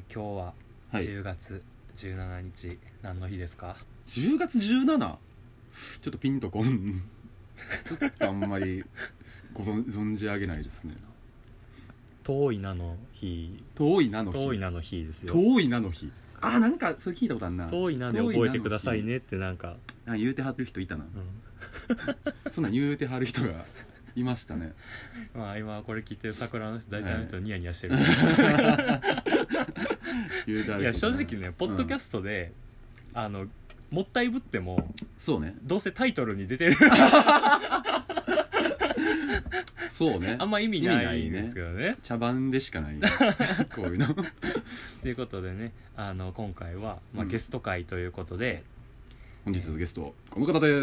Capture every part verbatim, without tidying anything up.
今日はじゅうがつじゅうしちにち、何の日ですか？ じゅうがつじゅうしち？ちょっとピンとこんちょっとあんまりご存じ上げないですね。 遠いなの日。 遠いなの日。 遠いなの日ですよ。 遠いなの日。あ、なんかそれ聞いたことあるな。 遠いなで覚えてくださいねってなんかあ言うてはる人いたな、 うん、 そんなん言うてはる人がいましたね。 まあ今これ聞いてる桜の人大体の人ニヤニヤしてる、 はい、 いや正直ねポッドキャストで、うん、あのもったいぶってもそうね、 どうせタイトルに出てるそうね、 あんま意味ないんですけど ね, ね茶番でしかないこういうのということでね、あの今回は、まあ、ゲスト会ということで、 うん、本日のゲストこの方です。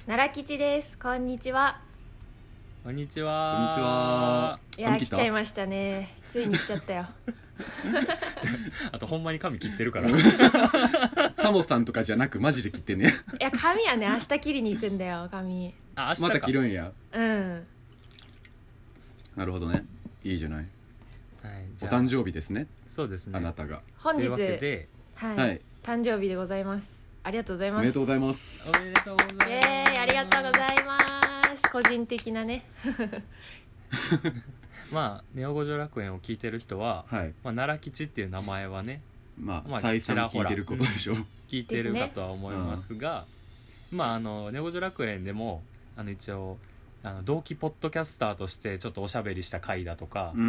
奈良吉です。こんにちは。 こんにちは。 こんにちは。 いや来ちゃいましたね。ついに来ちゃったよあとほんまに髪切ってるからタモさんとかじゃなくマジで切ってね。 いや髪はね明日切りに行くんだよ。髪あ明日かまた切るんや。 うんなるほどね、いいじゃない、 はい、 お誕生日ですね。 そうですね、 あなたが本日というわけで、 はい、 はい、 誕生日でございます。ありがとうございます。 おめでとうございます。 おめでとうございます。 イエーイありがとうございます。個人的なねまあネオ五条楽園を聞いてる人は、 はい、 まあ、奈良吉っていう名前はね、 まあ、 まあ、 再三聞いてることでしょう、 うん、聞いてるかとは思いますが、うん、まああのネオ五条楽園でもあの一応あの同期ポッドキャスターとしてちょっとおしゃべりした回だとか、 うん、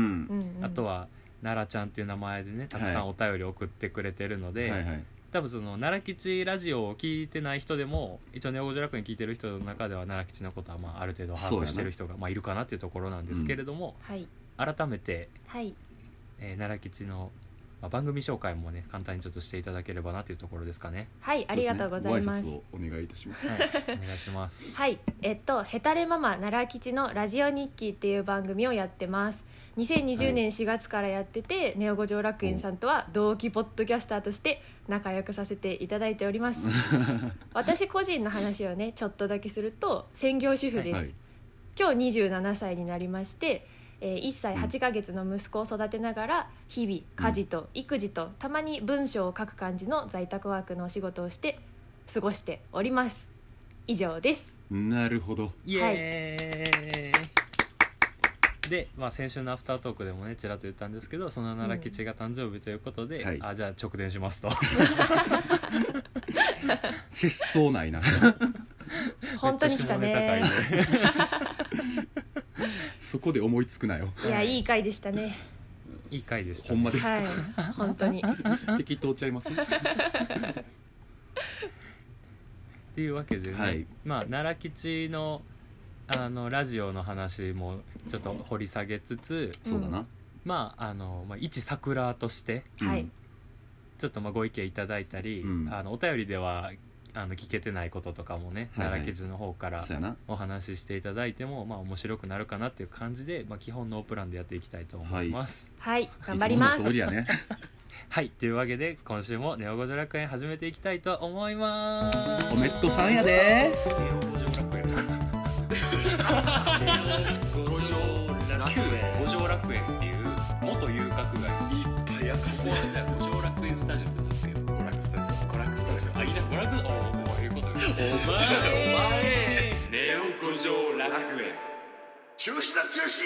うん、 あとは奈良ちゃんっていう名前でねたくさんお便り送ってくれてるので、 はいはいはい、 多分その奈良吉ラジオを聞いてない人でも一応ネオ五条楽園聞いてる人の中では奈良吉のことはまあある程度把握してる人がまあいるかなっていうところなんですけれども、 うん、はい、 改めて、 はいえー、奈良吉の、まあ、番組紹介もね簡単にちょっとしていただければなというところですかね。 はいありがとうございます。 ご挨拶をお願いいたします。 はい、お願いしますはいえっとヘタレママ奈良吉のラジオ日記っていう番組をやってます。にせんにじゅうねんしがつからやってて、はい、ネオ五条楽園さんとは同期ポッドキャスターとして仲良くさせていただいております私個人の話をねちょっとだけすると専業主婦です、はい、今日にじゅうななさいになりまして、えー、いっさいはちかげつの息子を育てながら日々家事と育児とたまに文章を書く感じの在宅ワークのお仕事をして過ごしております。以上です。 なるほど、 イエーイ、はい、で、まあ、先週のアフタートークでもねちらっと言ったんですけど、その奈良吉が誕生日ということで、うん、あじゃあ直電しますと節操ないな本当に来たねそこで思いつくなよ。 いやいい回でしたね。 いい回でした、ね、 ほんまですか、 はい、本当に適当ちゃいますっていうわけでね、はい、まあ奈良吉のあのラジオの話もちょっと掘り下げつつ、 そうだな、 まああの、まあ、一桜として、 はい、 ちょっとまあご意見いただいたり、うん、あのお便りではあの聞けてないこととかもね、はいはい、奈良吉の方からお話ししていただいてもまあ面白くなるかなっていう感じで、まあ、基本ノープランでやっていきたいと思います。 はい、はい、頑張ります。 いつもの通りやねはい、というわけで今週もネオ五条楽園始めていきたいと思います。 おめっとさんやでネオ五条楽園五条楽園五条楽園っていう元遊郭街いっぱい明かすやん。五条楽園スタジオってなんですけど、娯楽スタジオ娯楽スタジオあいいな娯楽おおいうことお前お前ネオ五条楽園中止だ中止。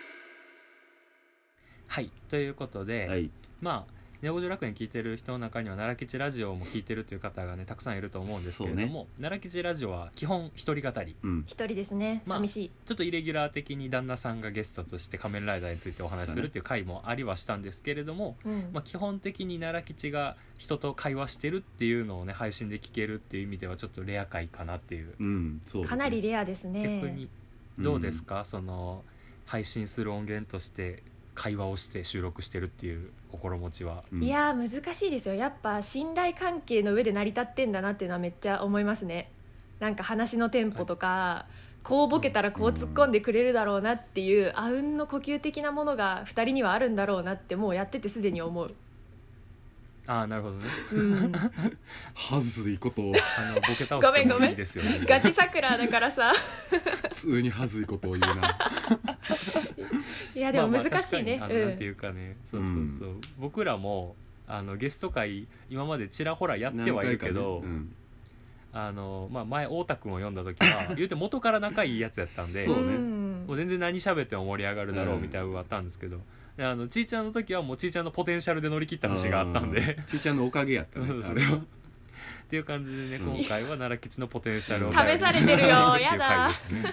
はいということで、 はい、 まあネオ五条楽園聞いてる人の中には奈良吉ラジオも聞いてるという方がねたくさんいると思うんですけれども、ね、奈良吉ラジオは基本一人語り、 うん、一人ですね、まあ、寂しい。 ちょっとイレギュラー的に旦那さんがゲストとして仮面ライダーについてお話しするっていう回もありはしたんですけれども、うんまあ、基本的に奈良吉が人と会話してるっていうのをね配信で聞けるっていう意味ではちょっとレア回かなっていう、 うんそうね、 かなりレアですね。 逆にどうですか、うん、その配信する音源として会話をして収録してるっていう心持ちは、 うん、いや難しいですよ。やっぱ信頼関係の上で成り立ってんだなっていうのはめっちゃ思いますね。なんか話のテンポとか、はい、こうボケたらこう突っ込んでくれるだろうなっていうあうんの呼吸的なものがふたりにはあるんだろうなってもうやっててすでに思う。 ああなるほどね、 うん、 はずいことをあのボケ倒してもいいですよね。 ごめんごめんガチ桜だからさ普通にはずいことを言うないやでも難しいね、 まあまあ確かにあのなんていうかね、そうそうそう、うん、僕らもあのゲスト会今までちらほらやってはいるけど、ねうん、あのまあ、前太田君を読んだ時は言うて元から仲いいやつやったんでそうね、 もう全然何喋っても盛り上がるだろうみたいなのがあったんですけど、であのちーちゃんの時はもうちーちゃんのポテンシャルで乗り切った節があったんでちーちゃんのおかげやったねあれはっていう感じでね、今回は奈良吉のポテンシャルを試されてるよやだ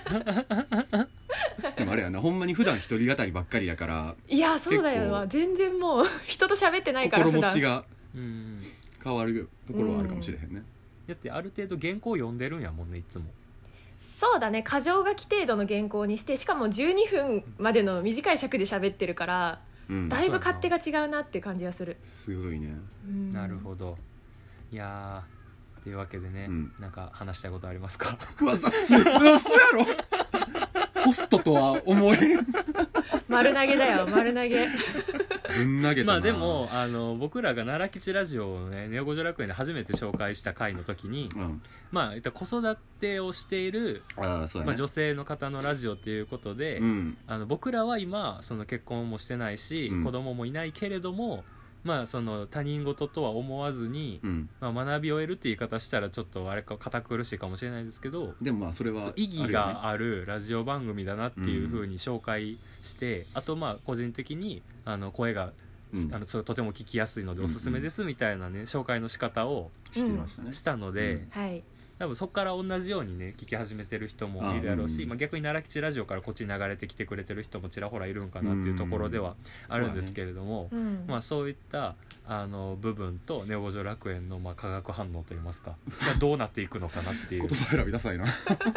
でもあれやな、ほんまに普段一人語りばっかりやから、 いやそうだよ、全然もう人と喋ってないから心持ちが変わるところはあるかもしれへんね、うん、 だってある程度原稿読んでるんやもんね、いつも。 そうだね、箇条書き程度の原稿にして、しかもじゅうにふんまでの短い尺で喋ってるから、うん、だいぶ勝手が違うなっていう感じがする。 すごいね、 うん、 なるほど。いやー、というわけでね、うん、なんか話したいことありますか？ うわ、雑そうやろホストとは思えん丸投げだよ、丸投げぶん投げたな。 まあでもあの僕らが奈良吉ラジオをね、ネオ五条楽園で初めて紹介した回の時に、うん、まあ子育てをしているあそう、ねまあ、女性の方のラジオっていうことで、うん、あの僕らは今その結婚もしてないし、うん、子供もいないけれども、まあ、その他人事とは思わずに、うんまあ、学びを得るって言い方したらちょっとあれか堅苦しいかもしれないですけど、 でもまあそれは意義があるラジオ番組だなっていう風に紹介して、うん、あとまあ個人的にあの声が、うん、あのとても聞きやすいのでおすすめですみたいなね、うん、紹介の仕方をしたので、 うんはい、 多分そこから同じようにね聞き始めてる人もいるやろうし、あ、うんまあ、逆に奈良吉ラジオからこっちに流れてきてくれてる人もちらほらいるんかなっていうところではあるんですけれども、 うんそうね、 まあ、そういったあの部分とネオ五条楽園のまあ化学反応といいますかがどうなっていくのかなっていう言葉選びダサいな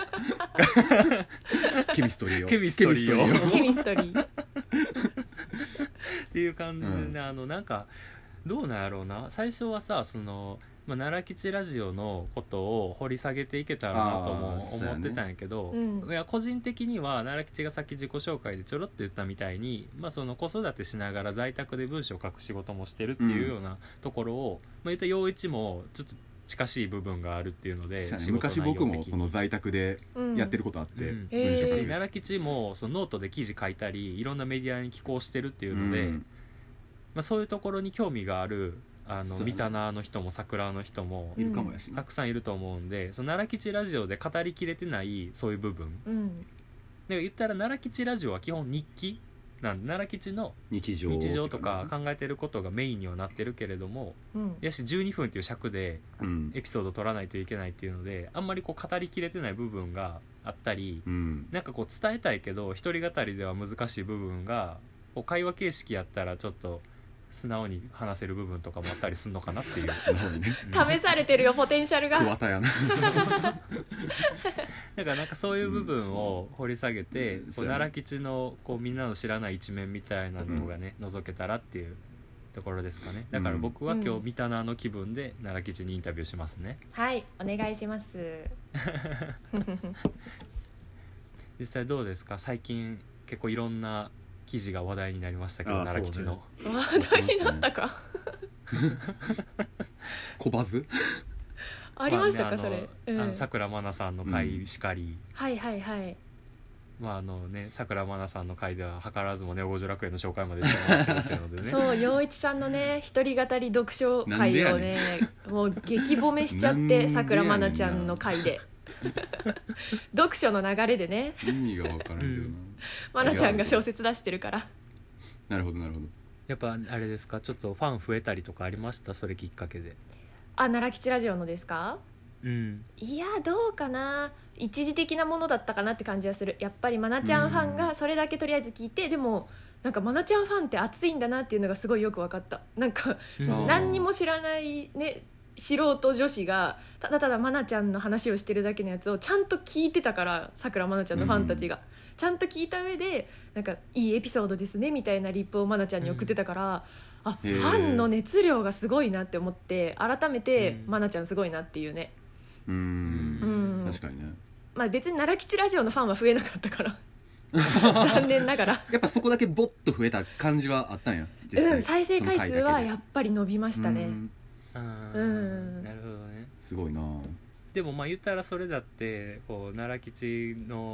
ケミストリーをケミストリーをケミストリーっていう感じでね、うん、あのなんかどうなんやろうな、最初はさそのまあ、奈良吉ラジオのことを掘り下げていけたらなとも思ってたんやけど、 ねうん、 いや個人的には奈良吉がさっき自己紹介でちょろっと言ったみたいに、まあ、その子育てしながら在宅で文章を書く仕事もしてるっていうようなところを、うんまあ、言った陽一もちょっと近しい部分があるっていうので、 ね、昔僕もその在宅でやってることあって、うんうん、文章書く奈良吉もそのノートで記事書いたりいろんなメディアに寄稿してるっていうので、うんまあ、そういうところに興味があるあの三棚の人も桜の人もいるかもやし、ね、 たくさんいると思うんで、その奈良吉ラジオで語りきれてないそういう部分、 うん、 で言ったら奈良吉ラジオは基本日記なんで奈良吉の日常、 日常とか考えてることがメインにはなってるけれども、 うん、 やしじゅうにふんっていう尺でエピソード取らないといけないっていうので、あんまりこう語りきれてない部分があったり、 うん、 なんかこう伝えたいけど一人語りでは難しい部分がこう会話形式やったらちょっと素直に話せる部分とかもあったりするのかなっていう素直にね、 うん、試されてるよポテンシャルが桑田やなだからなんかそういう部分を掘り下げて、うん、こう奈良吉のこうみんなの知らない一面みたいなのがね、うん、覗けたらっていうところですかね。だから僕は今日三棚の気分で奈良吉にインタビューしますね、 うん、はいお願いします実際どうですか、最近結構いろんな記事が話題になりましたけど、奈良吉の、 ね、話題になったか小バズありましたか、まあね、それ、 うん、あのさくらまなさんの回しかり、うん、 はいはいはいまああのね、さくらまなさんの回では図らずもネオ五条楽園の紹介までしてもらってるのでねそう陽一さんのね一人語り読書会をねもう激褒めしちゃってさくらまなちゃんの回で読書の流れでね意味が分からんけどな、うん、 まなちゃんが小説出してるから。 なるほどなるほど。 やっぱあれですか、ちょっとファン増えたりとかありました、それきっかけで。 あ、奈良吉ラジオのですか。 うん、 いやどうかな、一時的なものだったかなって感じはする。やっぱりまなちゃんファンがそれだけとりあえず聞いて、でもなんかまなちゃんファンって熱いんだなっていうのがすごいよく分かった。なんか、うん、何にも知らないね素人女子がただただまなちゃんの話をしてるだけのやつをちゃんと聞いてたから、さくらまなちゃんのファンたちが、うん、ちゃんと聞いた上でなんかいいエピソードですねみたいなリップをまなちゃんに送ってたから、うん、あファンの熱量がすごいなって思って、改めてまなちゃんすごいなっていうね。 うーん、うん、確かにね。 まあ別に奈良吉ラジオのファンは増えなかったから残念ながらやっぱそこだけボッと増えた感じはあったんや。 実際うん、再生回数はやっぱり伸びましたね。 あうん、 なるほどね。 すごいな。 でもまあ言ったらそれだってこう奈良吉の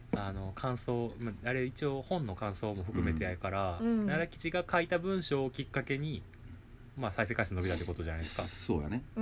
あの感想あれ一応本の感想も含めてやから、 うん、 奈良吉が書いた文章をきっかけに、まあ、再生回数伸びたってことじゃないですか。 そうやね、 うん、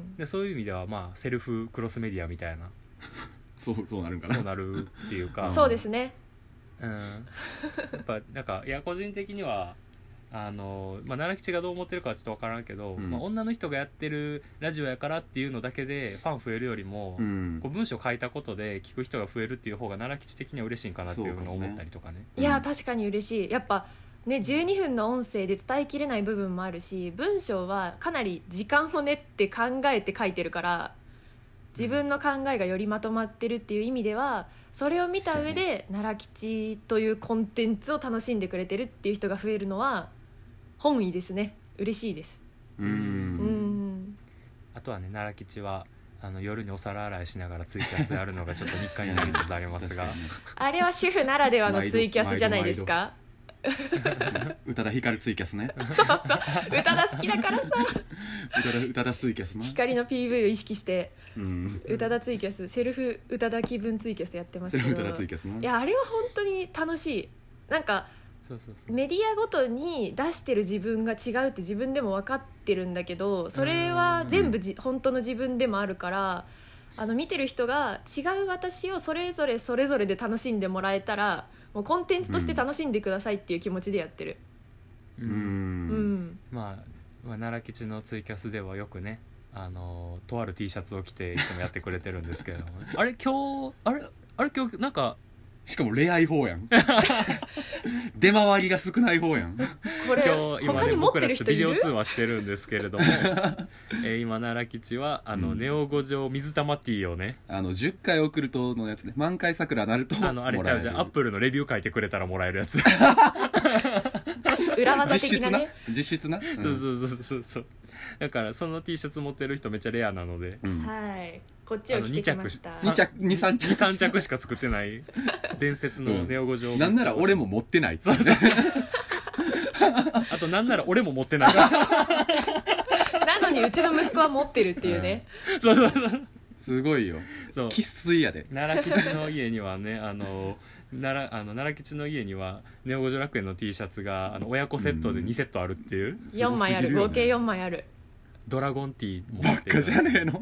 でそういう意味では、まあ、セルフクロスメディアみたいなそうそうなるんかなそうなるっていうかそうですね、 うん、やっぱなんかいや個人的にはあの、まあ、奈良吉がどう思ってるかはちょっと分からんけど、うんまあ、女の人がやってるラジオやからっていうのだけでファン増えるよりも、うん、こう文章書いたことで聞く人が増えるっていう方が奈良吉的には嬉しいんかなっていうのを思ったりとかね。 いや確かに嬉しい。やっぱね、じゅうにふんの音声で伝えきれない部分もあるし、文章はかなり時間を練って考えて書いてるから自分の考えがよりまとまってるっていう意味では、それを見た上で奈良吉というコンテンツを楽しんでくれてるっていう人が増えるのは本意ですね。嬉しいです。 うーんうんあとはね、奈良吉はあの夜にお皿洗いしながらツイキャスであるのがちょっと日課になりつつありますがあれは主婦ならではのツイキャスじゃないですか。 宇多田ヒカルツイキャスねそうそう宇多田好きだからさ宇多田ツイキャスな光の ピーブイ を意識して、 うん、 宇多田ツイキャスセルフ宇多田気分ツイキャスやってますけど、 セルフ宇多田ツイキャスないやあれは本当に楽しい。なんかそうそうそうメディアごとに出してる自分が違うって自分でも分かってるんだけど、それは全部じ本当の自分でもあるから、あの見てる人が違う私をそれぞれそれぞれで楽しんでもらえたら、もうコンテンツとして楽しんでくださいっていう気持ちでやってる。 うん、うんまあ、まあ奈良吉のツイキャスではよくね、あのとある T シャツを着ていつもやってくれてるんですけれども、ね、あれ今日あれあれ今日なんかしかもレアい方やん出回りが少ない方やんこれ今日今ね僕らちょっとビデオ通話してるんですけれどもえー、今奈良吉はあの、うん、ネオ五条水玉ティーをねあのじゅっかい送るとのやつね、満開桜なるとあのあれちゃうじゃん、アップルのレビュー書いてくれたらもらえるやつ裏技的なね実質な、 実質な、うん、そうそうそうそうだからその T シャツ持ってる人めっちゃレアなので、 うん、はいこっちを着てきました。 に着にさん着にさん着しか作ってない伝説のネオ五条、 うん、なんなら俺も持ってないって、ね、そうそうあとなんなら俺も持ってないなのにうちの息子は持ってるっていうね、 うん、そうそうそうすごいよ。生粋やで。 奈良吉の家にはねあの奈良あの奈良吉の家にはネオ五条楽園の T シャツがあの親子セットでにセットあるっていう、 うん、よんまいある、合計よんまいある。 ドラゴン T もばっかじゃねえの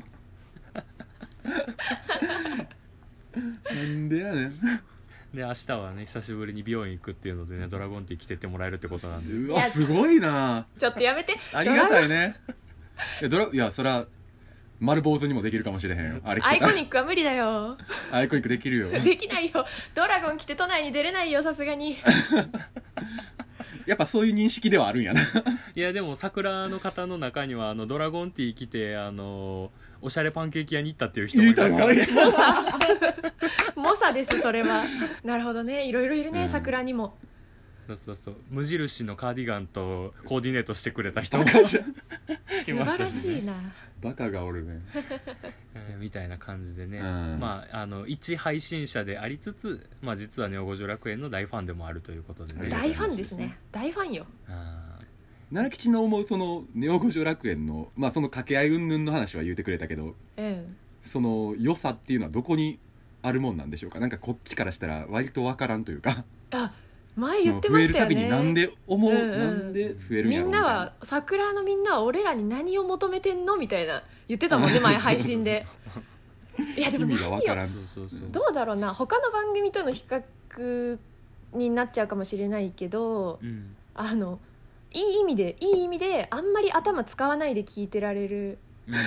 なんでやねん。 で明日はね久しぶりに美容院行くっていうのでね、ドラゴンティー着てってもらえるってことなんで、 うわすごいな。 ちょっとやめて。 ありがたいね。いやドラいやそら丸坊主にもできるかもしれへん。あれアイコニックは無理だよ。 アイコニックできるよ。 できないよ。ドラゴン着て都内に出れないよ、さすがに。 やっぱそういう認識ではあるんやな。 いやでも桜の方の中にはあのドラゴンティー着てあのおしゃれパンケーキ屋に行ったっていう人もいますからね。 猛者猛者ですそれは。なるほどね、いろいろいるね、うん、桜にも。 そうそうそう、無印のカーディガンとコーディネートしてくれた人もいましたし、ね、 素晴らしいな。 バカがおるね、 えー、みたいな感じでね、うん、まああの一配信者でありつつ、まあ、実はネオ五条楽園の大ファンでもあるということでね。 大ファンですね、大ファンよ。 あ奈良吉の思うそのネオ五条楽園の、まあ、その掛け合い云々の話は言うてくれたけど、 うん、 その良さっていうのはどこにあるもんなんでしょうか。なんかこっちからしたら割と分からんというか。 あ前言ってましたよね。増えるたびになんで思う、 うんうん、 なんで増えるんやろみんなは桜のみんなは俺らに何を求めてんのみたいな言ってたもんね前配信で。いやでも何よ、どうだろうな、他の番組との比較になっちゃうかもしれないけど、うん、あのいい意味でいい意味であんまり頭使わないで聞いてられる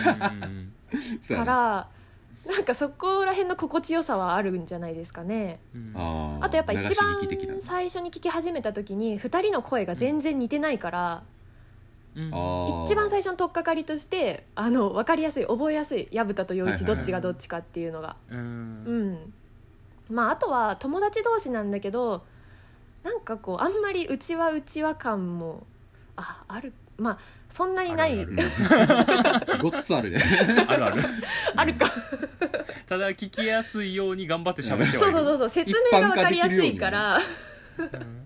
からなんかそこら辺の心地よさはあるんじゃないですかね、うん、あ, あとやっぱ一番最初に聞き始めた時にふたりの声が全然似てないから、うん、一番最初の取っかかりとしてあの分かりやすい覚えやすい薮田と陽一どっちがどっちかっていうのが、はいはいはい、うんまあ、あとは友達同士なんだけどなんかこうあんまりうちわうちわ感も あ, あるまあそんなにない。 ごっつあるね。 あるあるあるか。 ただ聞きやすいように頑張って喋ってはいる。 そうそうそうそう、説明が分かりやすいから、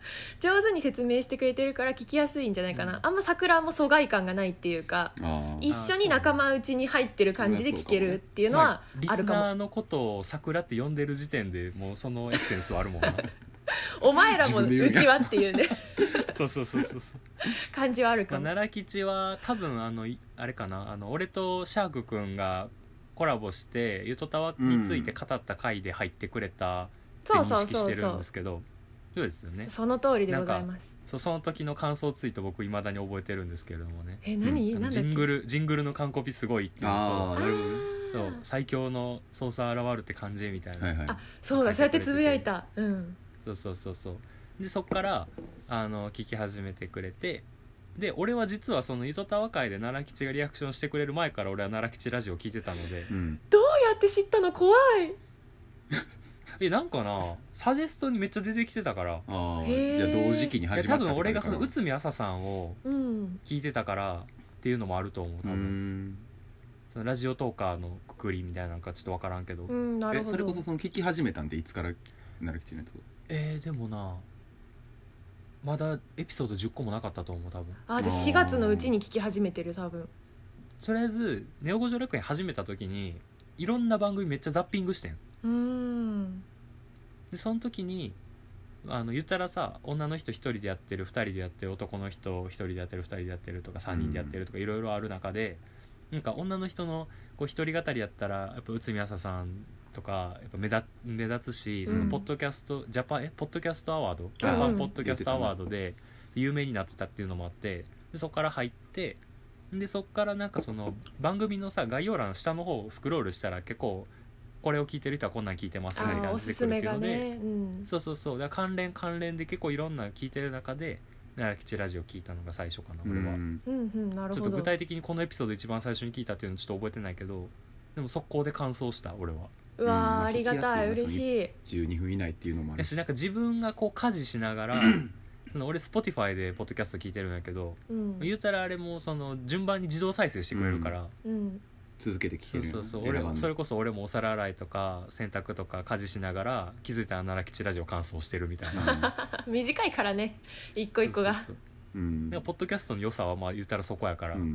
上手に説明してくれてるから聞きやすいんじゃないかな、うん、あんま桜も疎外感がないっていうか一緒に仲間内に入ってる感じで聞けるっていうのはあるかも。 リスナーのことを桜って呼んでる時点でもうそのエッセンスはあるもんなお前らもうちはっていうねそうそうそうそうそう感じはあるかも、 まあ、奈良吉は多分あのあれかなあの俺とシャークくんがコラボしてゆとたわについて語った回で入ってくれたって認識してるんですけど、そうですよね。 その通りでございます。 そうその時の感想ツイート僕いまだに覚えてるんですけれどもね。 え何、うん、なんだっけ。 ジングルジングルの完コピすごいっていうのと、そう最強のソーサー現るって感じみたいな、 はいはい、あそうだそうやってつぶやいた、うん、 そうそうそうそうでそっからあの聞き始めてくれて、で俺は実はそのゆとたわ会で奈良吉がリアクションしてくれる前から俺は奈良吉ラジオを聞いてたので、 うん、どうやって知ったの怖いえなんかなサジェストにめっちゃ出てきてたから、 あじゃあ同時期に始まった多分俺がその内海朝さんを聞いてたからっていうのもあると思う多分、うん、そのラジオトーカーのくくりみたいなのかちょっと分からんけど、 うん、なるほど。 えそれこそその聞き始めたんでいつから奈良吉のやつをえー、でもなまだエピソードじゅっこもなかったと思う多分。 あじゃあしがつのうちに聞き始めてる多分。 とりあえずネオ五条楽園始めた時にいろんな番組めっちゃザッピングしてん。 うーんでその時にあの言ったらさ女の人ひとりでやってるふたりでやってる男の人ひとりでやってるふたりでやってるとかさんにんでやってるとかいろいろある中で、なんか女の人のこう一人語りやったらやっぱ内海朝さんとかやっぱ目立目立つし、そのポッドキャスト、うん、ジャパンえポッドキャストアワードジャパンポッドキャストアワードで有名になってたっていうのもあって、でそこから入って、でそこからなんかその番組のさ概要欄下の方をスクロールしたら結構これを聞いてる人はこんなん聞いてますみたいな感じでくるっていうので、ねうん、そうそうそうだから関連関連で結構いろんな聞いてる中で奈良吉ラジオ聞いたのが最初かな俺は、 うんうんうん、なるほど。 ちょっと具体的にこのエピソード一番最初に聞いたっていうのちょっと覚えてないけど、でも速攻で感想した俺は。 うわ、うん、ありがたい嬉しい。 じゅうにふん以内っていうのもあるし、 なんか自分がこう家事しながらその俺 Spotify でポッドキャスト聞いてるんだけど、うん、言うたらあれもその順番に自動再生してくれるから、 うんうん続けて聞けるよ。 そうそうそう俺もそれこそ俺もお皿洗いとか洗濯とか家事しながら気づいたら奈良吉ラジオ完走してるみたいな短いからね一個一個が。 そうそうそう、うん、でもポッドキャストの良さはまあ言ったらそこやから、うん、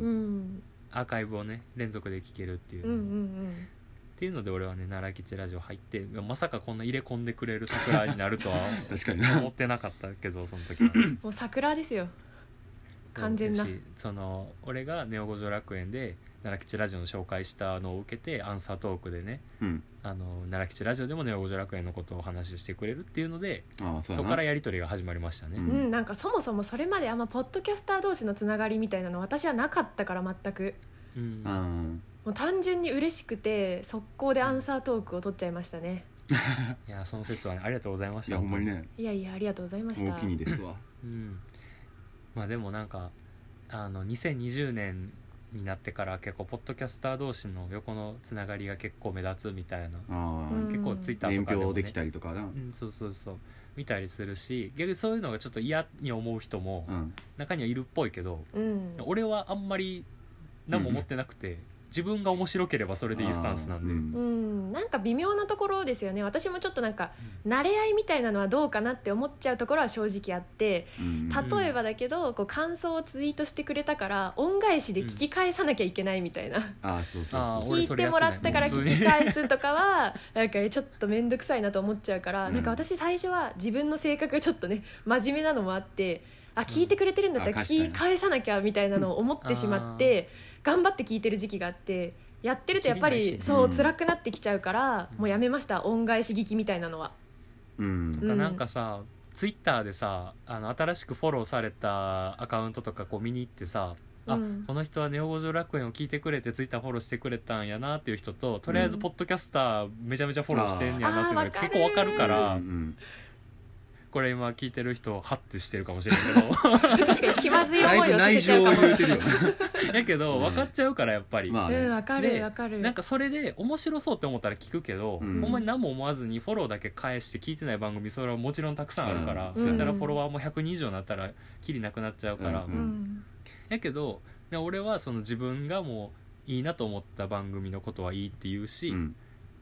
アーカイブをね連続で聞けるっていう、うんうんうん、っていうので俺はね奈良吉ラジオ入ってまさかこんな入れ込んでくれる桜になるとは確かに思ってなかったけどその時はもう桜ですよ完全な。 その俺がネオ五条楽園で奈良吉ラジオの紹介したのを受けてアンサートークでね、うん、あの奈良吉ラジオでもネオ五条楽園のことをお話ししてくれるっていうので、ああ そ, そこからやり取りが始まりましたね、 うんうん、なんかそもそもそれまであんまポッドキャスター同士のつながりみたいなの私はなかったから全く、うん、もう単純に嬉しくて速攻でアンサートークを取っちゃいましたねいやその説は、ね、ありがとうございました。 いやほんまにねいやいやありがとうございました。 大きにですわ、 うん、まあでもなんかあのにせんにじゅうねんになってから結構ポッドキャスター同士の横のつながりが結構目立つみたいな、あ結構ツイッターとかでも、ね、 年表できたりとかな、 うん、そうそうそう見たりするし、逆にそういうのがちょっと嫌に思う人も中にはいるっぽいけど、うん、俺はあんまり何も思ってなくて、うん自分が面白ければそれでいいスタンスなんで、うん、 うんなんか微妙なところですよね。私もちょっとなんか慣れ合いみたいなのはどうかなって思っちゃうところは正直あって、うん、例えばだけどこう感想をツイートしてくれたから恩返しで聞き返さなきゃいけないみたいな、うん、 あそうそうそう聞いてもらったから聞き返すとかはなんかちょっと面倒くさいなと思っちゃうから、うん、なんか私最初は自分の性格がちょっとね真面目なのもあってあ聞いてくれてるんだったら聞き返さなきゃみたいなのを思ってしまって、頑張って聞いてる時期があってやってるとやっぱりそう辛くなってきちゃうからもうやめました恩返し聞きみたいなのは、 うん、なんかなんかさツイッターでさあの新しくフォローされたアカウントとかこう見に行ってさ、うん、あこの人はネオ五条楽園を聞いてくれてツイッターフォローしてくれたんやなっていう人ととりあえずポッドキャスターめちゃめちゃフォローしてんやなっていうのが結構わかるから、うん、これ今聞いてる人ハッてしてるかもしれないけど確かに気まずい思いをさせちゃうかもやけど分かっちゃうからやっぱり、 まあね、うん分かる分かる。 なんかそれで面白そうって思ったら聞くけど、うん、ほんまに何も思わずにフォローだけ返して聞いてない番組それはもちろんたくさんあるから、うん、そういったらフォロワーもひゃくにん以上になったらきりなくなっちゃうから、うんうん、やけど俺はその自分がもういいなと思った番組のことはいいって言うし、うん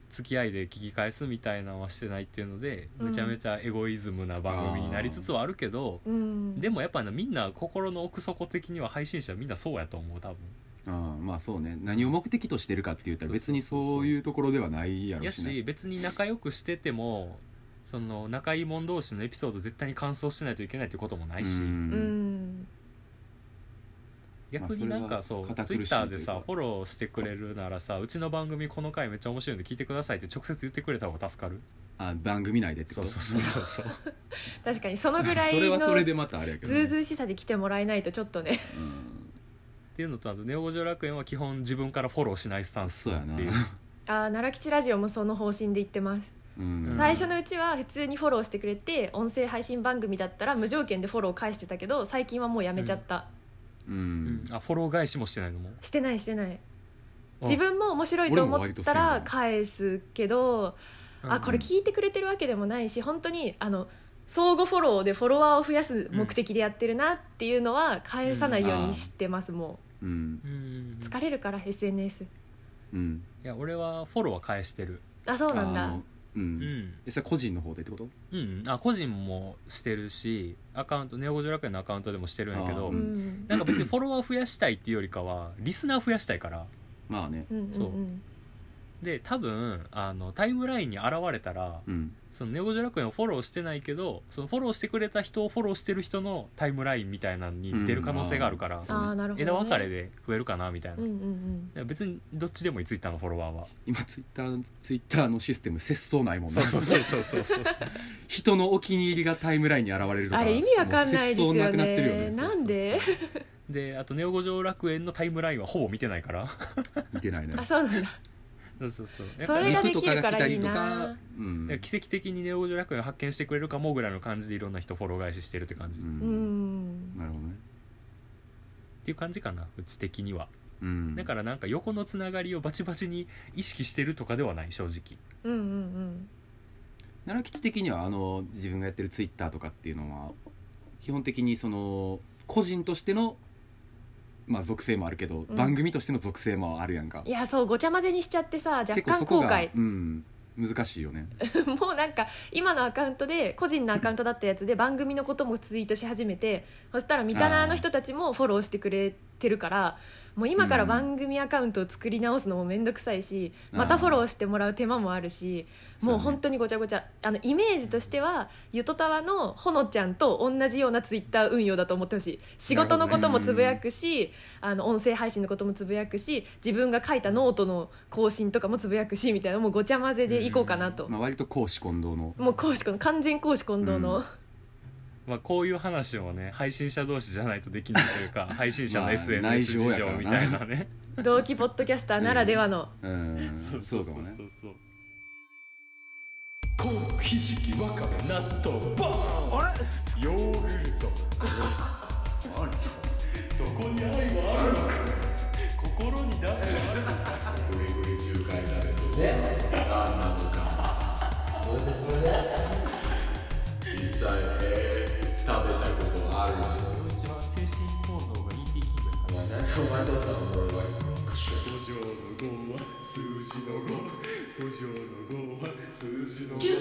付き合いで聞き返すみたいなのはしてないっていうので、めちゃめちゃエゴイズムな番組になりつつはあるけど、 うん、 でもやっぱみんな心の奥底的には配信者みんなそうやと思う多分。 あまあそうね、何を目的としてるかって言ったら別にそういうところではないやろしね。 やし別に仲良くしててもその仲いい者同士のエピソード絶対に完走しないといけないってこともないし、 うん、 逆になんかそうツイッターでさフォローしてくれるならさ、うちの番組この回めっちゃ面白いんで聞いてくださいって直接言ってくれた方が助かる。 あ番組内でってこと。 そうそうそうそう確かにそのぐらいそれはそれのでまたあれやけど、 ずうずうしさで来てもらえないとちょっとね、 うん、 っていうのと、あとネオ五条楽園は基本自分からフォローしないスタンスそうやなっていうあ奈良吉ラジオもその方針で言ってます、 うん、 最初のうちは普通にフォローしてくれて音声配信番組だったら無条件でフォロー返してたけど最近はもうやめちゃった、 うんうんうん、あフォロー返しもしてないのもしてないしてない。自分も面白いと思ったら返すけど、あこれ聞いてくれてるわけでもないし、本当にあの相互フォローでフォロワーを増やす目的でやってるなっていうのは返さないようにしてます、もうん、 う疲れるから エスエヌエス、 うん、 いや俺はフォローは返してる。 あそうなんだ。 うん、 うん、 えそれ個人の方でってこと？ うん、あ個人もしてるしアカウントネオ五条楽園のアカウントでもしてるんやけど、 うん、 なんか別にフォロワー増やしたいっていうよりかはリスナー増やしたいから。 まあね、 うんうんうん、 そうで多分あのタイムラインに現れたら、 うん、 そのネオ五条楽園をフォローしてないけどそのフォローしてくれた人をフォローしてる人のタイムラインみたいなのに出る可能性があるから、 うん、あなるほどね、 枝分かれで増えるかなみたいな、 うんうんうん、 別にどっちでもいいツイッターのフォロワーは。 今ツイッターツイッターのシステム節操ないもんね。 そうそうそうそうそうそう人のお気に入りがタイムラインに現れるとかあれ意味わかんないですよ ね, なくなってるよね。 なんでであとネオ五条楽園のタイムラインはほぼ見てないから見てないね。 あそうなんだ。 そうそうそうそれができるからいいな。 うん、 奇跡的にネオ五条楽園を発見してくれるかもぐらいの感じでいろんな人フォロー返ししてるって感じ、 うん、うんなるほどねっていう感じかなうち的には、 うん、 だからなんか横のつながりをバチバチに意識してるとかではない正直。 うんうんうん奈良吉的にはあの自分がやってるツイッターとかっていうのは基本的にその個人としてのまあ属性もあるけど、うん、番組としての属性もあるやんか。 いやそうごちゃ混ぜにしちゃってさ若干後悔、 うん、難しいよねもうなんか今のアカウントで個人のアカウントだったやつで番組のこともツイートし始めて、そしたらミタナーの人たちもフォローしてくれてるから、もう今から番組アカウントを作り直すのもめんどくさいし、うん、またフォローしてもらう手間もあるし、もう本当にごちゃごちゃ。あのイメージとしてはゆとたわのほのちゃんと同じようなツイッター運用だと思ってほしい。仕事のこともつぶやくし、あの音声配信のこともつぶやくし、自分が書いたノートの更新とかもつぶやくしみたいな、もうごちゃ混ぜでいこうかなと、 まあ、割と公私混同のもう公私混同完全公私混同の、うんまあ、こういう話をね配信者同士じゃないとできないというか配信者の エスエヌエス 事情みたいなね同期ポッドキャスターならではの、 うん、うん、そうかもね。 コーンひじきわかめ納豆バーンあれヨーグルトそこに愛はあるのか心に誰はあるのかグリグリじゅうかい食べるね何なのかこれでこれで実際、えー、食べたことあるの一番精神構造がいいって聞いたから何お前どうだろう俺は五条のごは数字のご五条のごは数字のご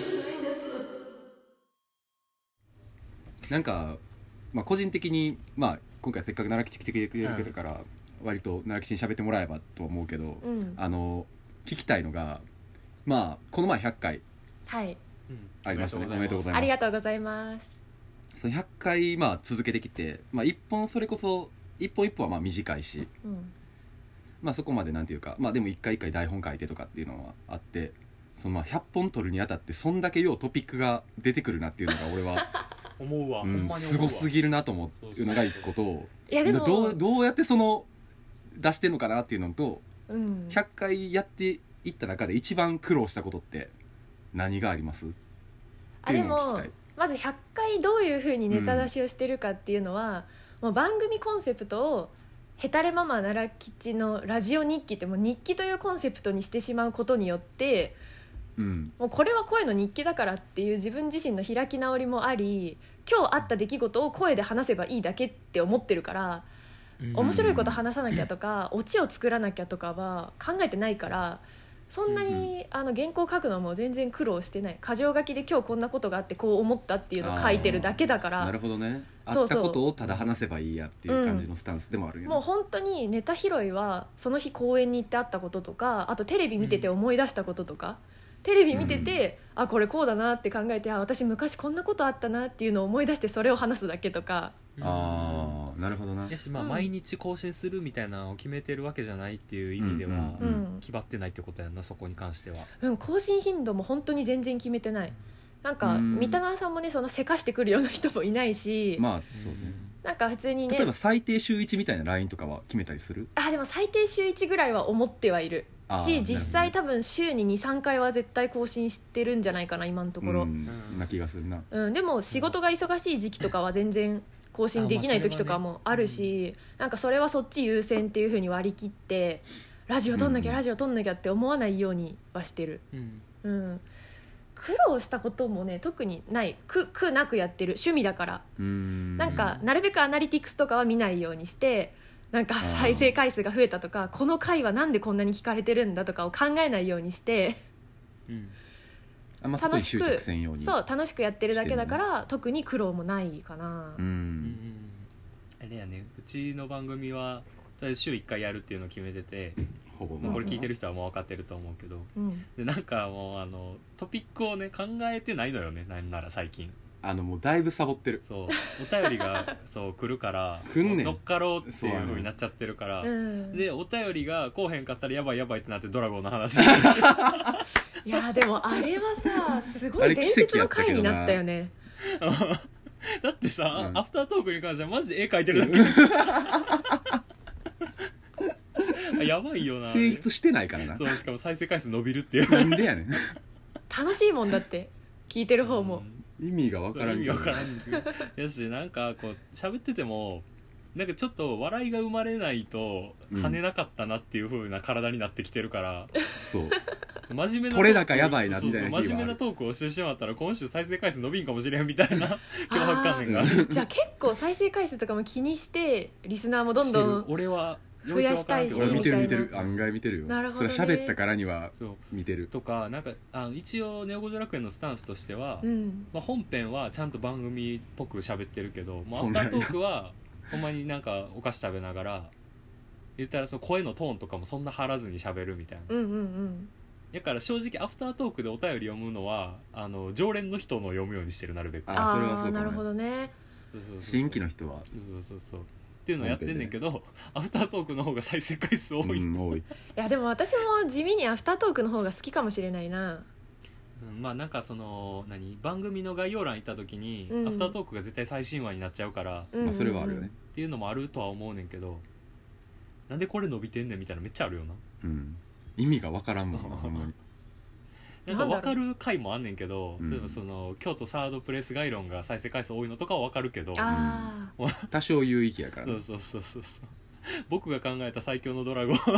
なんか、まあ、個人的に、まあ、今回せっかく奈良吉来てくれてるから、うん、割と奈良吉に喋ってもらえばと思うけど、 うん、 あの聞きたいのが、まあ、この前ひゃっかいはいありましたね、おめでとうございます。 ありがとうございます。 そのひゃっかい、まあ、続けてきて、まあ、いっぽんそれこそいっぽんいっぽんはまあ短いし、 うん、 まあ、そこまでなんていうか、まあ、でもいっかいいっかい台本書いてとかっていうのはあって、そのまあひゃっぽん撮るにあたってそんだけようトピックが出てくるなっていうのが俺は思うわ、 うん、 ほんまに思うわ、 すごすぎるなと思うのが一個と、 いやでもどう、どうやってその出してんのかなっていうのと、 うん、 ひゃっかいやっていった中で一番苦労したことって何があります？ あでもまずひゃっかいどういう風にネタ出しをしてるかっていうのは、うん、もう番組コンセプトをヘタレママ奈良吉のラジオ日記ってもう日記というコンセプトにしてしまうことによって、 うん、 もうこれは声の日記だからっていう自分自身の開き直りもあり、今日あった出来事を声で話せばいいだけって思ってるから、面白いこと話さなきゃとかオチを作らなきゃとかは考えてないから、 そんなに、うん、あの原稿書くのも全然苦労してない。箇条書きで今日こんなことがあってこう思ったっていうのを書いてるだけだから。 なるほどね。あったことをただ話せばいいやっていう感じのスタンスでもあるよね、 うん、もう本当にネタ拾いはその日公園に行ってあったこととか、あとテレビ見てて思い出したこととか、うん、テレビ見てて、うん、あこれこうだなって考えて、あ私昔こんなことあったなっていうのを思い出してそれを話すだけとか。 ああなるほどな。 やし、まあ、毎日更新するみたいなのを決めてるわけじゃないっていう意味では、うんうんうん、決まってないってことやんな、そこに関しては。 うん、更新頻度も本当に全然決めてない。なんか三田川さんもね、そのせかしてくるような人もいないし、 まあそうね、 なんか普通にね、 例えば最低週いちみたいなラインとかは決めたりする？ あでも最低週いちぐらいは思ってはいるし、実際多分週に にさんかいは絶対更新してるんじゃないかな今のところ。うんな気がするな、 うん、でも仕事が忙しい時期とかは全然更新できない時とかもあるし、なんかそれはそっち優先っていう風に割り切ってラジオ撮んなきゃ、うん、ラジオ撮んなきゃって思わないようにはしてる、うんうん、苦労したこともね特にない。苦苦なくやってる、趣味だから。うーんなんかなるべくアナリティクスとかは見ないようにして、なんか再生回数が増えたとかこの回はなんでこんなに聞かれてるんだとかを考えないようにして、うん、 あんま楽しくそう楽しくやってるだけだから、ね、特に苦労もないかな。うん、うん、 あれやね、うちの番組は週いっかいやるっていうのを決めてて、ほぼこれ聞いてる人はもう分かってると思うけど、うん、でなんかもうあのトピックをね考えてないのよね、なんなら最近あのもうだいぶサボってる。 そうお便りがそう来るから乗っかろうっていう風になっちゃってるから、うん、でお便りが来おへんかったらやばいやばいってなってドラゴンの話いやでもあれはさすごい伝説の回になったよねだってさ、うん、アフタートークに関してはマジで絵描いてるだけやばいよな。 成立してないからな。 そうしかも再生回数伸びるっていうなんでやねん楽しいもんだって聞いてる方も、 うん、意味がわからん意味わからんやし、なんかこう喋っててもなんかちょっと笑いが生まれないと跳ねなかったなっていう風な体になってきてるから、うん、そう真面目な取れ高やばいなみたいな日は真面目なトークをしてしまったら今週再生回数伸びんかもしれんみたいな脅迫観念がある。 じゃあ結構再生回数とかも気にしてリスナーもどんどん俺は増やしたいし、 俺見てる見てる案外見てるよ。 なるほどね。 それ喋ったからには見てるとか、なんかあの一応ネオ五条楽園のスタンスとしては、うんまあ、本編はちゃんと番組っぽく喋ってるけど、まあ、アフタートークはほんまになんかお菓子食べながら言ったらその声のトーンとかもそんな張らずに喋るみたいな、うんうんうん、だから正直アフタートークでお便り読むのはあの常連の人の読むようにしてる、なるべく。 ああそれはそうか、ね、なるほどね。 そうそうそうそう新規の人はそうそうそうっていうのをやってんねんけど、アフタートークの方が再生回数多い、うん、多い。いやでも私も地味にアフタートークの方が好きかもしれないな。 うん、まあなんかその何番組の概要欄行った時に、うん、アフタートークが絶対最新話になっちゃうから、 うん、まあそれはあるよねっていうのもあるとは思うねんけど、なんでこれ伸びてんねんみたいなめっちゃあるよな、 うん、意味が分からんもんなほんまになんか分かる回もあんねんけど、うん、例えばその京都サードプレス概論が再生回数多いのとかは分かるけど、 あ多少有意義やから、 ね、そうそうそうそう僕が考えた最強のドラゴンい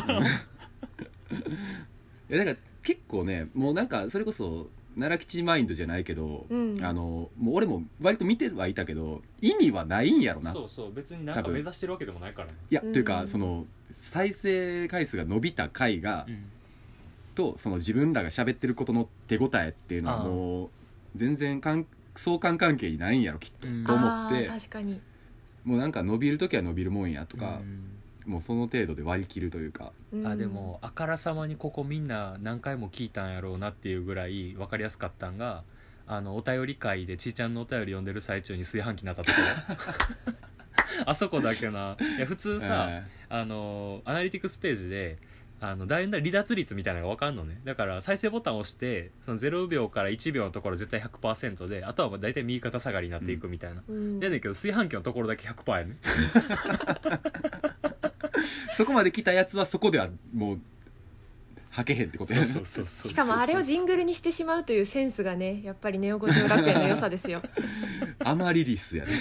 やだから結構ねもうなんかそれこそ奈良吉マインドじゃないけど、うん、あのもう俺も割と見てはいたけど意味はないんやろな。 そうそう別になんか目指してるわけでもないからね。 いや、うん、というかその再生回数が伸びた回が、うんとその自分らが喋ってることの手応えっていうのはもう全然相関関係にないんやろきっと、うん、と思って確かにもうなんか伸びるときは伸びるもんやとか、うん、もうその程度で割り切るというか、 うん、あでもあからさまにここみんな何回も聞いたんやろうなっていうぐらい分かりやすかったんが、あのお便り会でちーちゃんのお便り読んでる最中に炊飯器になったところあそこだけないや普通さ、えー、あのアナリティクスページであのだいたい離脱率みたいなのが分かんのね。だから再生ボタンを押してそのゼロびょうからいちびょうのところ絶対 ひゃくパーセント で、あとはだいたい右肩下がりになっていくみたいな、うん、やねんけど炊飯器のところだけ ひゃくパーセント やねそこまで来たやつはそこではもうはけへんってことやね。 そうそうそうそうしかもあれをジングルにしてしまうというセンスがねやっぱりネオ五条楽園の良さですよアマリリスやね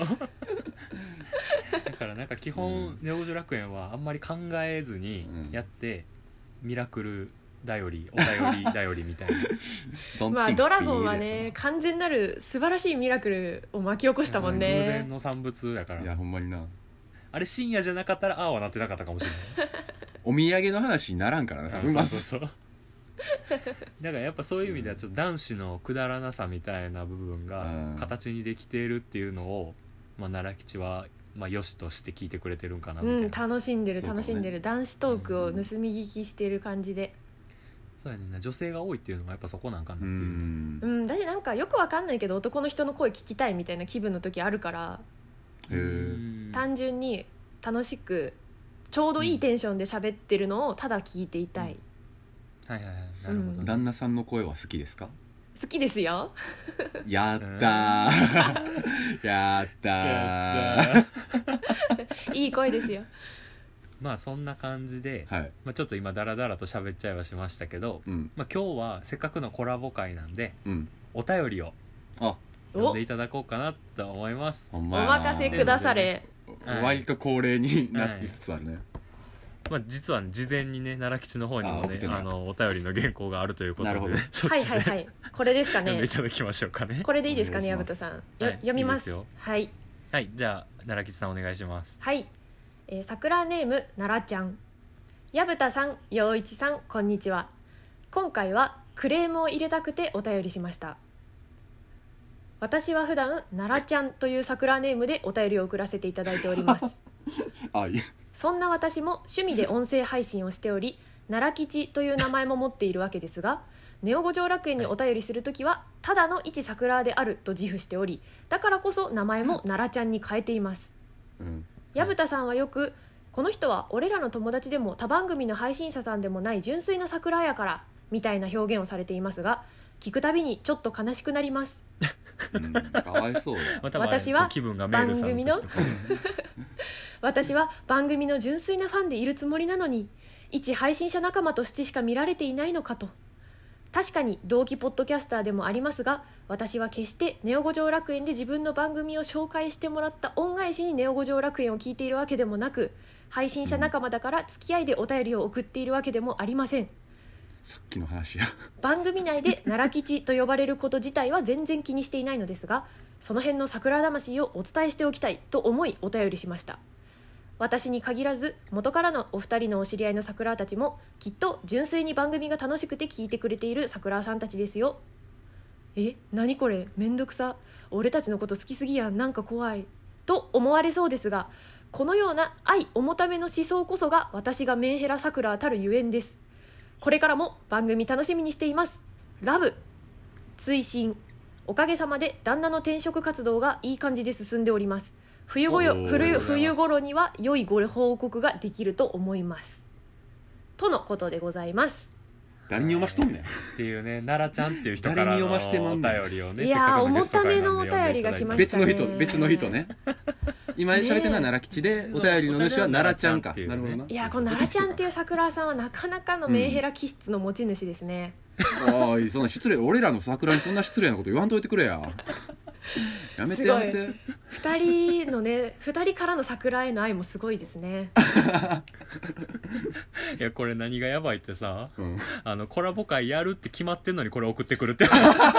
だからなんか基本、うん、ネオ五条楽園はあんまり考えずにやって、うん、ミラクル頼りお便り頼りみたいなまあドラゴンはね完全なる素晴らしいミラクルを巻き起こしたもんね。 偶然の産物やから。 いやほんまになあれ深夜じゃなかったらああはなってなかったかもしれないお土産の話にならんからな多分。 そうそうそうだからやっぱそういう意味ではちょっと男子のくだらなさみたいな部分が形にできているっていうのを、まあ、奈良吉はまあ良しとして聞いてくれてるんかなみたいな、 うん、楽しんでる楽しんでる、男子トークを盗み聞きしてる感じで、 そうやねんな、女性が多いっていうのがやっぱそこなんかなっていう、 うんうん、私なんかよくわかんないけど男の人の声聞きたいみたいな気分の時あるから、 へー単純に楽しくちょうどいいテンションで喋ってるのをただ聞いていたい、 はいはいはい、なるほど、ね、 旦那さんの声は好きですか？ 好きですよ。 やったーやったーいい声ですよ。 まあそんな感じで、 はい、 まあ、ちょっと今ダラダラと喋っちゃいはしましたけど、うんまあ、今日はせっかくのコラボ会なんで、うん、お便りを読んでいただこうかなと思います。 お任せくだされ。 割と恒例になってつつあるね、はい、 まあ、実は、ね、事前にね奈良吉の方にもねあのお便りの原稿があるということで、ね、 はいはいはい、これですかね、 読んでいただきましょうかね。 これでいいですかね、矢蓋さん、はい、読みます。 いいですよ。 はい、 はい、じゃあ奈良吉さんお願いします。 はい、えー、桜ネーム奈良ちゃん。矢蓋さん、陽一さん、こんにちは。今回はクレームを入れたくてお便りしました。私は普段奈良ちゃんという桜ネームでお便りを送らせていただいておりますあ、いや、 そんな私も趣味で音声配信をしており、奈良吉という名前も持っているわけですが、ネオ五条楽園にお便りするときはただの一桜であると自負しており、だからこそ名前も奈良ちゃんに変えています。矢蓋さんはよく、この人は俺らの友達でも他番組の配信者さんでもない純粋な桜やからみたいな表現をされていますが、聞くたびにちょっと悲しくなりますうん、かわいそうだ私は番組の私は番組の純粋なファンでいるつもりなのに、一配信者仲間としてしか見られていないのかと。確かに同期ポッドキャスターでもありますが、私は決してネオ五条楽園で自分の番組を紹介してもらった恩返しにネオ五条楽園を聞いているわけでもなく、配信者仲間だから付き合いでお便りを送っているわけでもありません。 さっきの話や。 番組内で奈良吉と呼ばれること自体は全然気にしていないのですが、その辺の桜魂をお伝えしておきたいと思いお便りしました。私に限らず元からのお二人のお知り合いの桜たちもきっと純粋に番組が楽しくて聞いてくれている桜さんたちですよ。え、何これ、めんどくさ、俺たちのこと好きすぎやん、なんか怖いと思われそうですが、このような愛重ための思想こそが私がメンヘラ桜たるゆえんです。これからも番組楽しみにしています。ラブ。追伸、おかげさまで旦那の転職活動がいい感じで進んでおります。冬ごよ冬冬頃には良いご報告ができると思いますとのことでございます。 誰に読ましとんねんっていうね、奈良ちゃんっていう人からのお便りをね、 いやー重ためのお便りが来ましたね。 別の人別の人ね今喋ってるのは奈良吉で、お便りの主は奈良ちゃんか、なるほどな。 いや、この奈良ちゃんっていう桜さんはなかなかのメンヘラ気質の持ち主ですね、 うん、おい、そんな失礼、俺らの桜にそんな失礼なこと言わんといてくれややめてやめて。 ふたりのね、ふたりからの桜への愛もすごいですねいや、これ何がやばいってさ、うん、あのコラボ会やるって決まってんのにこれ送ってくるって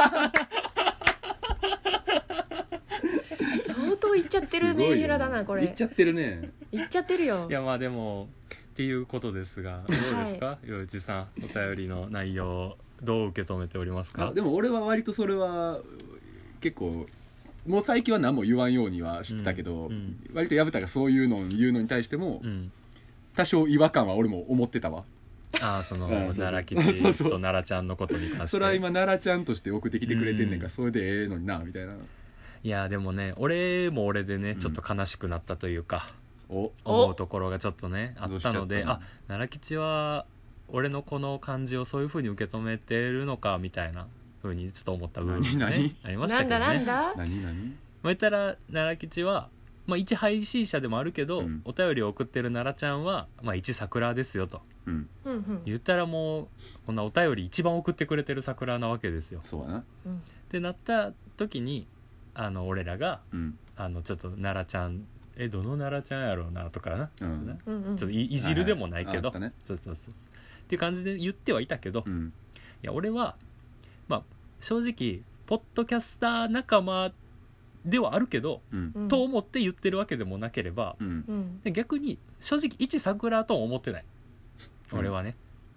相当言っちゃってるメンヘラだな、これ。 言っちゃってるね。 言っちゃってるよ。 いや、まあでもっていうことですが、どうですか、陽一さん、お便りの内容どう受け止めておりますか？ でも俺は割とそれは結構もう最近は何も言わんようには知ったけど、うんうん、割と矢蓋がそういうのを言うのに対しても、うん、多少違和感は俺も思ってたわ。 ああ、その奈良吉と奈良ちゃんのことに関してそれは今奈良ちゃんとして送ってきてくれてんねんから、うん、それでええのになみたいな。 いやでもね、俺も俺でねちょっと悲しくなったというか、うん、思うところがちょっとねあったので、あ、奈良吉は俺のこの感じをそういう風に受け止めてるのかみたいな風にちょっと思った部分が、ね、ありましたけどね。 なんだなんだ何何、 まあ、言ったら奈良吉は、まあ、一配信者でもあるけど、うん、お便りを送ってる奈良ちゃんは、まあ、一桜ですよと、うん、言ったらもうこんなお便り一番送ってくれてる桜なわけですよ。 そうだな、 うん、ってなった時にあの俺らが、うん、あのちょっと奈良ちゃんえどの奈良ちゃんやろうなとかな、うん、ちょっと、ね、ちょっと い, いじるでもないけど、はいはい、そうそうそうっていう感じで言ってはいたけど、うん、いや俺はまあ正直ポッドキャスター仲間ではあるけど、うん、と思って言ってるわけでもなければ、うん、逆に正直一桜とも思ってない、うん、俺はね。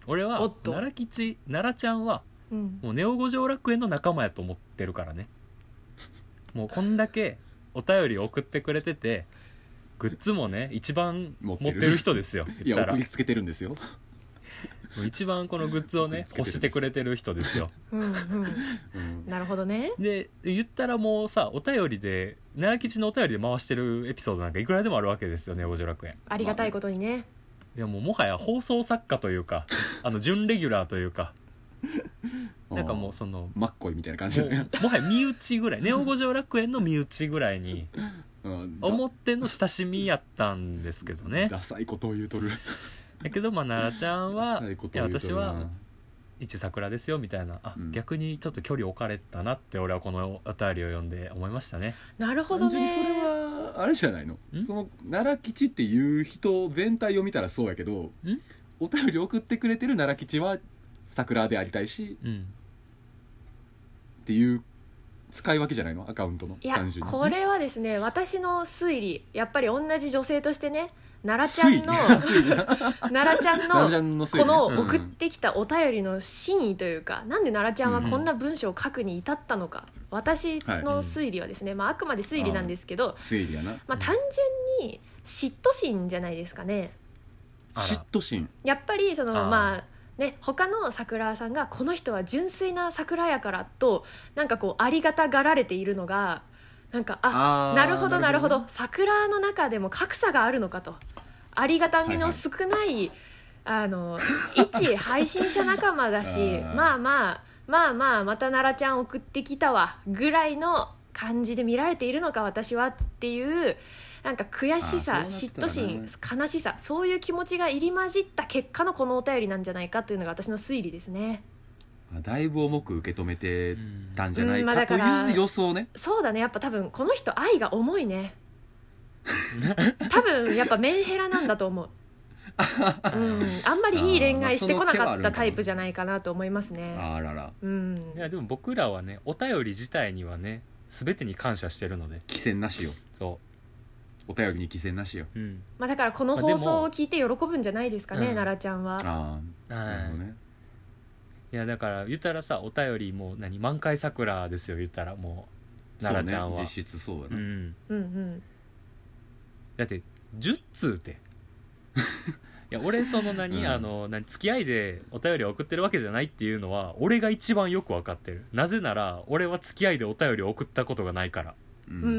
俺は奈良吉奈良ちゃんは、うん、もうネオ五条楽園の仲間やと思ってるからね。もうこんだけお便り送ってくれててグッズもね一番持ってる人ですよ。 いや送りつけてるんですよ。 一番このグッズをね欲してくれてる人ですよ。 うんうん、なるほどね。 で言ったらもうさお便りで奈良吉のお便りで回してるエピソードなんかいくらでもあるわけですよね五条楽園。 ありがたいことにね。 いやもうもはや放送作家というかあの準レギュラーというかなんかもうそのマッコイみたいな感じでも, もはや身内ぐらいネオ五条楽園の身内ぐらいに表の親しみやったんですけどね。 ダサいことを言うとる。 だけどまあ奈良ちゃんはいや私は一桜ですよみたいなあ、うん、逆にちょっと距離置かれたなって俺はこのお便りを読んで思いましたね。 なるほどね。 それはあれじゃないの、その奈良吉っていう人全体を見たらそうやけどお便り送ってくれてる奈良吉は桜でありたいし、うん、っていう使い分けじゃないのアカウントの。 いやこれはですね私の推理やっぱり同じ女性としてね奈良ちゃんの奈良ちゃんのこの送ってきたお便りの真意というか、うん、なんで奈良ちゃんはこんな文章を書くに至ったのか、うん、私の推理はですね、はい、まあ、あくまで推理なんですけど、 推理やな、 まあ、単純に嫉妬心じゃないですかね。 嫉妬心やっぱりそのまあね、他の桜さんがこの人は純粋な桜やからとなんかこうありがたがられているのがなんかああなるほどなるほど桜の中でも格差があるのかとありがたみの少ない、はいはい、あの一配信者仲間だしまあまあまあまあまた奈良ちゃん送ってきたわぐらいの感じで見られているのか私はっていうなんか悔しさ嫉妬心悲しさそういう気持ちが入り混じった結果のこのお便りなんじゃないかというのが私の推理ですね。 だいぶ重く受け止めてたんじゃないかという予想ね。 そうだねやっぱ多分この人愛が重いね多分やっぱメンヘラなんだと思う、うん、あんまりいい恋愛してこなかったタイプじゃないかなと思いますね。 あらら、 うん、いやでも僕らはねお便り自体にはね全てに感謝してるので寄せなしよ。そうお便りに寄せなしよ、 うんまあ、だからこの放送を聞いて喜ぶんじゃないですかね、まあ、奈良ちゃんは。 ああなるほどね。 いやだから言ったらさお便りも何満開桜ですよ言ったらもう奈良ちゃんは、 ね、実質そうだね、うん、 うんうんだってじゅっつうていや俺その何、うん、あの何付き合いでお便りを送ってるわけじゃないっていうのは俺が一番よく分かってる。なぜなら俺は付き合いでお便りを送ったことがないから、 うんうんうん、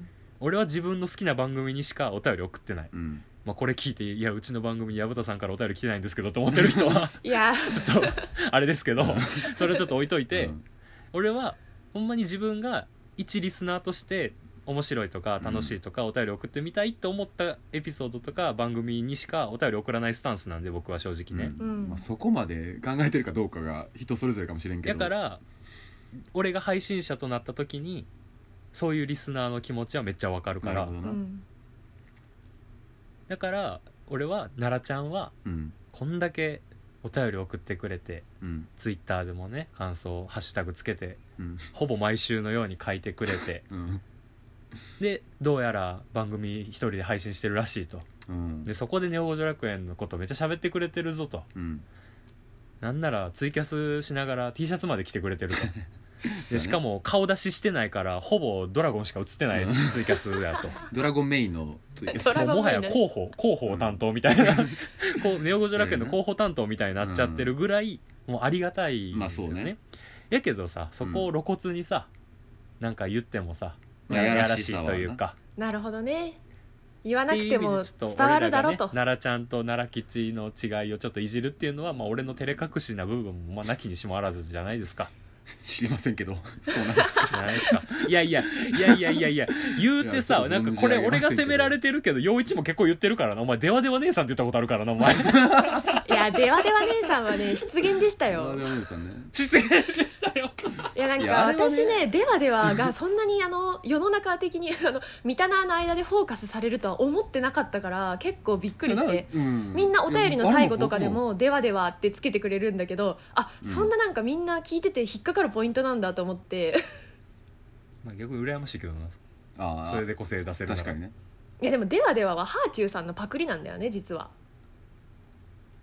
俺は自分の好きな番組にしかお便り送ってない、 うんまあ、これ聞いていやうちの番組に矢蓋さんからお便り来てないんですけどと思ってる人はいやちょっとあれですけどそれをちょっと置いといて、うん、俺はほんまに自分が一リスナーとして面白いとか楽しいとかお便り送ってみたいと思ったエピソードとか番組にしかお便り送らないスタンスなんで僕は正直ね、 うんまあ、そこまで考えてるかどうかが人それぞれかもしれんけどだから俺が配信者となった時にそういうリスナーの気持ちはめっちゃわかるから、 うんだから俺は奈良ちゃんはこんだけお便り送ってくれて、 うん、 ツイッターでもね感想ハッシュタグつけて、 うん、 ほぼ毎週のように書いてくれて、 うん、 でどうやら番組一人で配信してるらしいと、 うん、 でそこでネオ五条楽園のことめっちゃ喋ってくれてるぞと、 うん、 なんならツイキャスしながら T シャツまで着てくれてるとでしかも顔出ししてないからほぼドラゴンしか映ってないツイキャスだとドラゴンメインのツイキャスもうもはや広報広報担当みたいな、うん、こうネオ五条楽園の広報担当みたいになっちゃってるぐらい、うん、もうありがたいですよね、まあそうね。やけどさそこを露骨にさ、うん、なんか言ってもさやらしいというかなるほどね言わなくても伝わるだろうと、 ね、奈良ちゃんと奈良吉の違いをちょっといじるっていうのは、まあ、俺の照れ隠しな部分もまあなきにしもあらずじゃないですか。 知りませんけどそうなんですかじゃないですか。いやいやいやいやいやいや言うてさなんかこれ俺が責められてるけど陽一も結構言ってるからな。お前デワデワ姉さんって言ったことあるからなお前いやデワデワ姉さんはね失言でしたよ。 デワデワ姉さんね失言でしたよいやなんか私ねデワデワがそんなにあの世の中的にあのミタナーの間でフォーカスされるとは思ってなかったから結構びっくりして、うん、みんなお便りの最後とかでもデワデワってつけてくれるんだけどあそんななんかみんな聞いてて引っかかるポイントなんだと思ってまあ逆に羨ましいけどなあそれで個性出せるなら。 確かにね。 いやでもデワデワはハーチューさんのパクリなんだよね実は。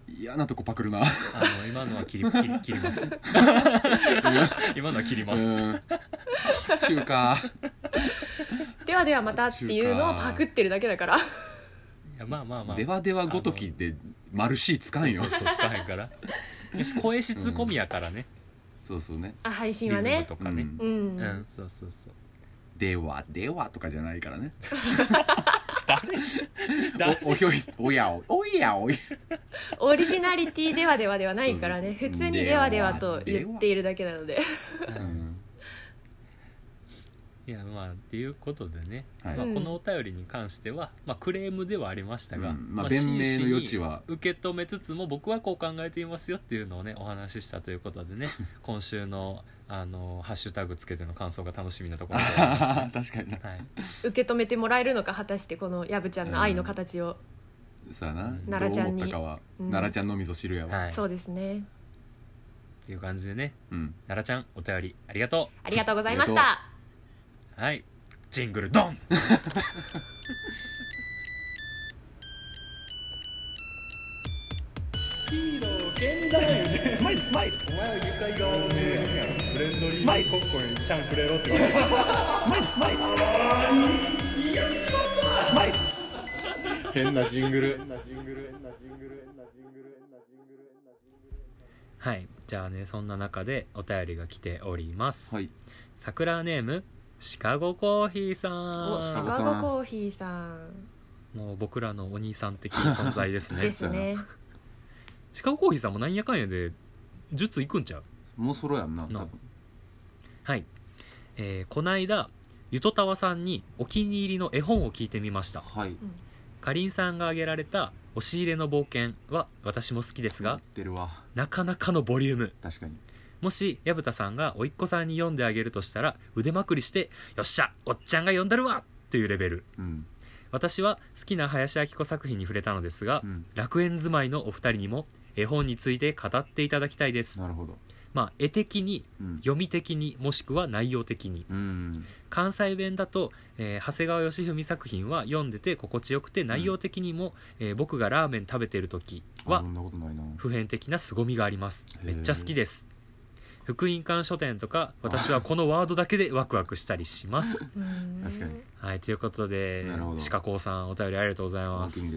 嫌なとこパクるな。 あの今のは切り切り切ります今のは切ります中華ではではまたっていうのをパクってるだけだから。いやまあまあまあではではごときで丸 C 使うんよ。 そうそうそう使えんから声質込みやからね、 うん、そうそうね。 あ配信はねリズムとかね、 うん、うん、 うん、そうそうそう。 ではではとかじゃないからね。 誰おおひょいおやおおやおやオリジナリティではではではないからね。普通にではではと言っているだけなので、 うん、いやまあっていうことでね、 はい、 まあ、このお便りに関しては、まあ、クレームではありましたが、 うんまあ、弁明の余地は受け止めつつも僕はこう考えていますよっていうのをねお話ししたということでね今週のあのハッシュタグつけての感想が楽しみなところでございます、ね、 確かに、 はい、 受け止めてもらえるのか果たしてこのやぶちゃんの愛の形を、 うん、そうやな、 奈良ちゃんにどう思ったかは、うん、奈良ちゃんのみぞ知るやわ、 はい、 そうですねっていう感じでね、 うん、 奈良ちゃんお便りありがとうありがとうございました。 はい、ジングルドンヒーロー現代スマイルスマイルお前は床井側をしてるやろフレンドリーにコッコにちゃんくれろって言われてスマイルスマイルやっちまったスマイル変なジングルはい、じゃあねそんな中でお便りが来ております、 はい、 桜ネームシカゴコーヒーさん。 おシカゴコーヒーさんもう僕らのお兄さん的存在ですねですね。 シカゴコーヒーさんもなんやかんやでじゅっついくんちゃう。 もうそろやんな多分。 はい、えー、こないだゆとたわさんにお気に入りの絵本を聞いてみました。 はい、 かりんさんが挙げられた押し入れの冒険は私も好きですがてるわなかなかのボリューム。 確かにもし矢蓋さんがおいっ子さんに読んであげるとしたら腕まくりしてよっしゃおっちゃんが読んだるわというレベル、うん、私は好きな林家子作品に触れたのですが、うん、楽園住まいのお二人にも絵本について語っていただきたいです。 なるほど。 まあ、絵的に、うん、読み的にもしくは内容的に、うん、関西弁だと、えー、長谷川義文作品は読んでて心地よくて内容的にも、うんえー、僕がラーメン食べてる時は普遍的な凄みがあります。めっちゃ好きです。福音館書店とか私はこのワードだけでワクワクしたりします確かに、 はい、ということで鹿高さんお便りありがとうございます。 です。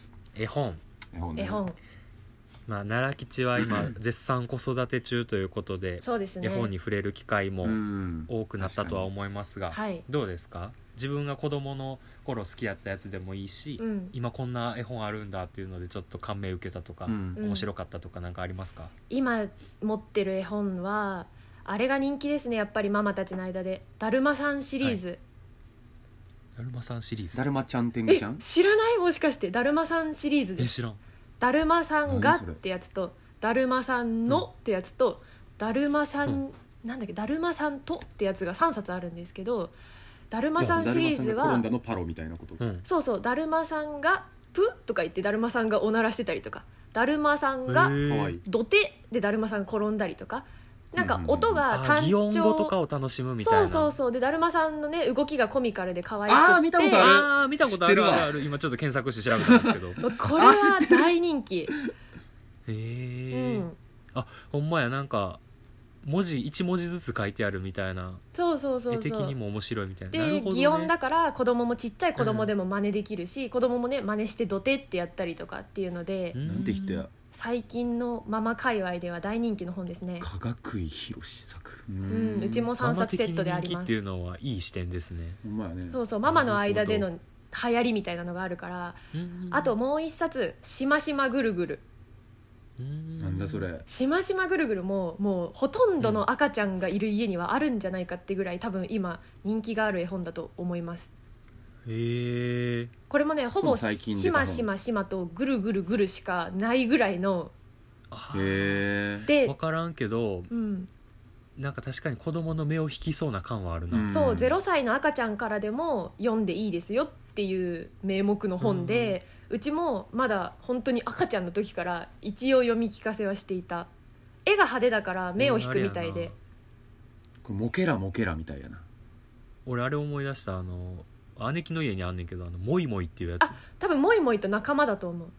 絵本絵本、ね、絵本まあ、奈良吉は今絶賛子育て中ということでそうですね、 絵本に触れる機会も多くなったとは思いますが、 はい、 どうですか。自分が子供の頃好きやったやつでもいいし、うん、今こんな絵本あるんだっていうのでちょっと感銘受けたとか、うん、面白かったとか何かありますか。 今持ってる絵本はあれが人気ですね。やっぱりママたちの間でだるまさんシリーズ、はい、 だるまさんシリーズだるまちゃんてんぐちゃん知らない。もしかしてだるまさんシリーズです。 え知らん。 だるまさんがってやつとだるまさんのってやつと、だるまさん、うん、なんだっけだるまさんとってやつがさんさつあるんですけど、だるまさんシリーズはだるまさんが転んだのパロみたいなこと、うん、 そうそうだるまさんがプとか言ってだるまさんがおならしてたりとか、だるまさんが土手でだるまさん転んだりとか、なんか音が単調、擬音語とかを楽しむみたいな。 そうそうそうでだるまさんのね動きがコミカルで可愛くて、 あー見たことあるあー見たことあるあるある。今ちょっと検索して調べたんですけどこれは大人気。 へえ、うん、あほんまや。なんか文字いち文字ずつ書いてあるみたいな。 そうそうそうそう。 絵的にも面白いみたいな。 で、 なるほどね、 擬音だから子供もちっちゃい子供でも真似できるし、うん、子供もね真似して土手ってやったりとかっていうので、 なんて人や最近のママ界隈では大人気の本ですね。 加賀久井博作。 うん、うちもさんさつセットであります。 ママ的に人気っていうのはいい視点ですね。 ほんまやね。 そうそうママの間での流行りみたいなのがあるから。あともう一冊しましまぐるぐる。 なんだそれ。 しましまぐるぐるももうほとんどの赤ちゃんがいる家にはあるんじゃないかってぐらい多分今人気がある絵本だと思います。 へえ。 これもねほぼしましましまとぐるぐるぐるしかないぐらいの。 へで分からんけど、うん、なんか確かに子供の目を引きそうな感はあるな、 うん、そうゼロさいの赤ちゃんからでも読んでいいですよっていう名目の本で、うん、うちもまだ本当に赤ちゃんの時から一応読み聞かせはしていた。絵が派手だから目を引くみたいで、 これモケラモケラみたいやな。 俺あれ思い出した。あの姉貴の家にあんねんけど、あのモイモイっていうやつ。 あ多分モイモイと仲間だと思う。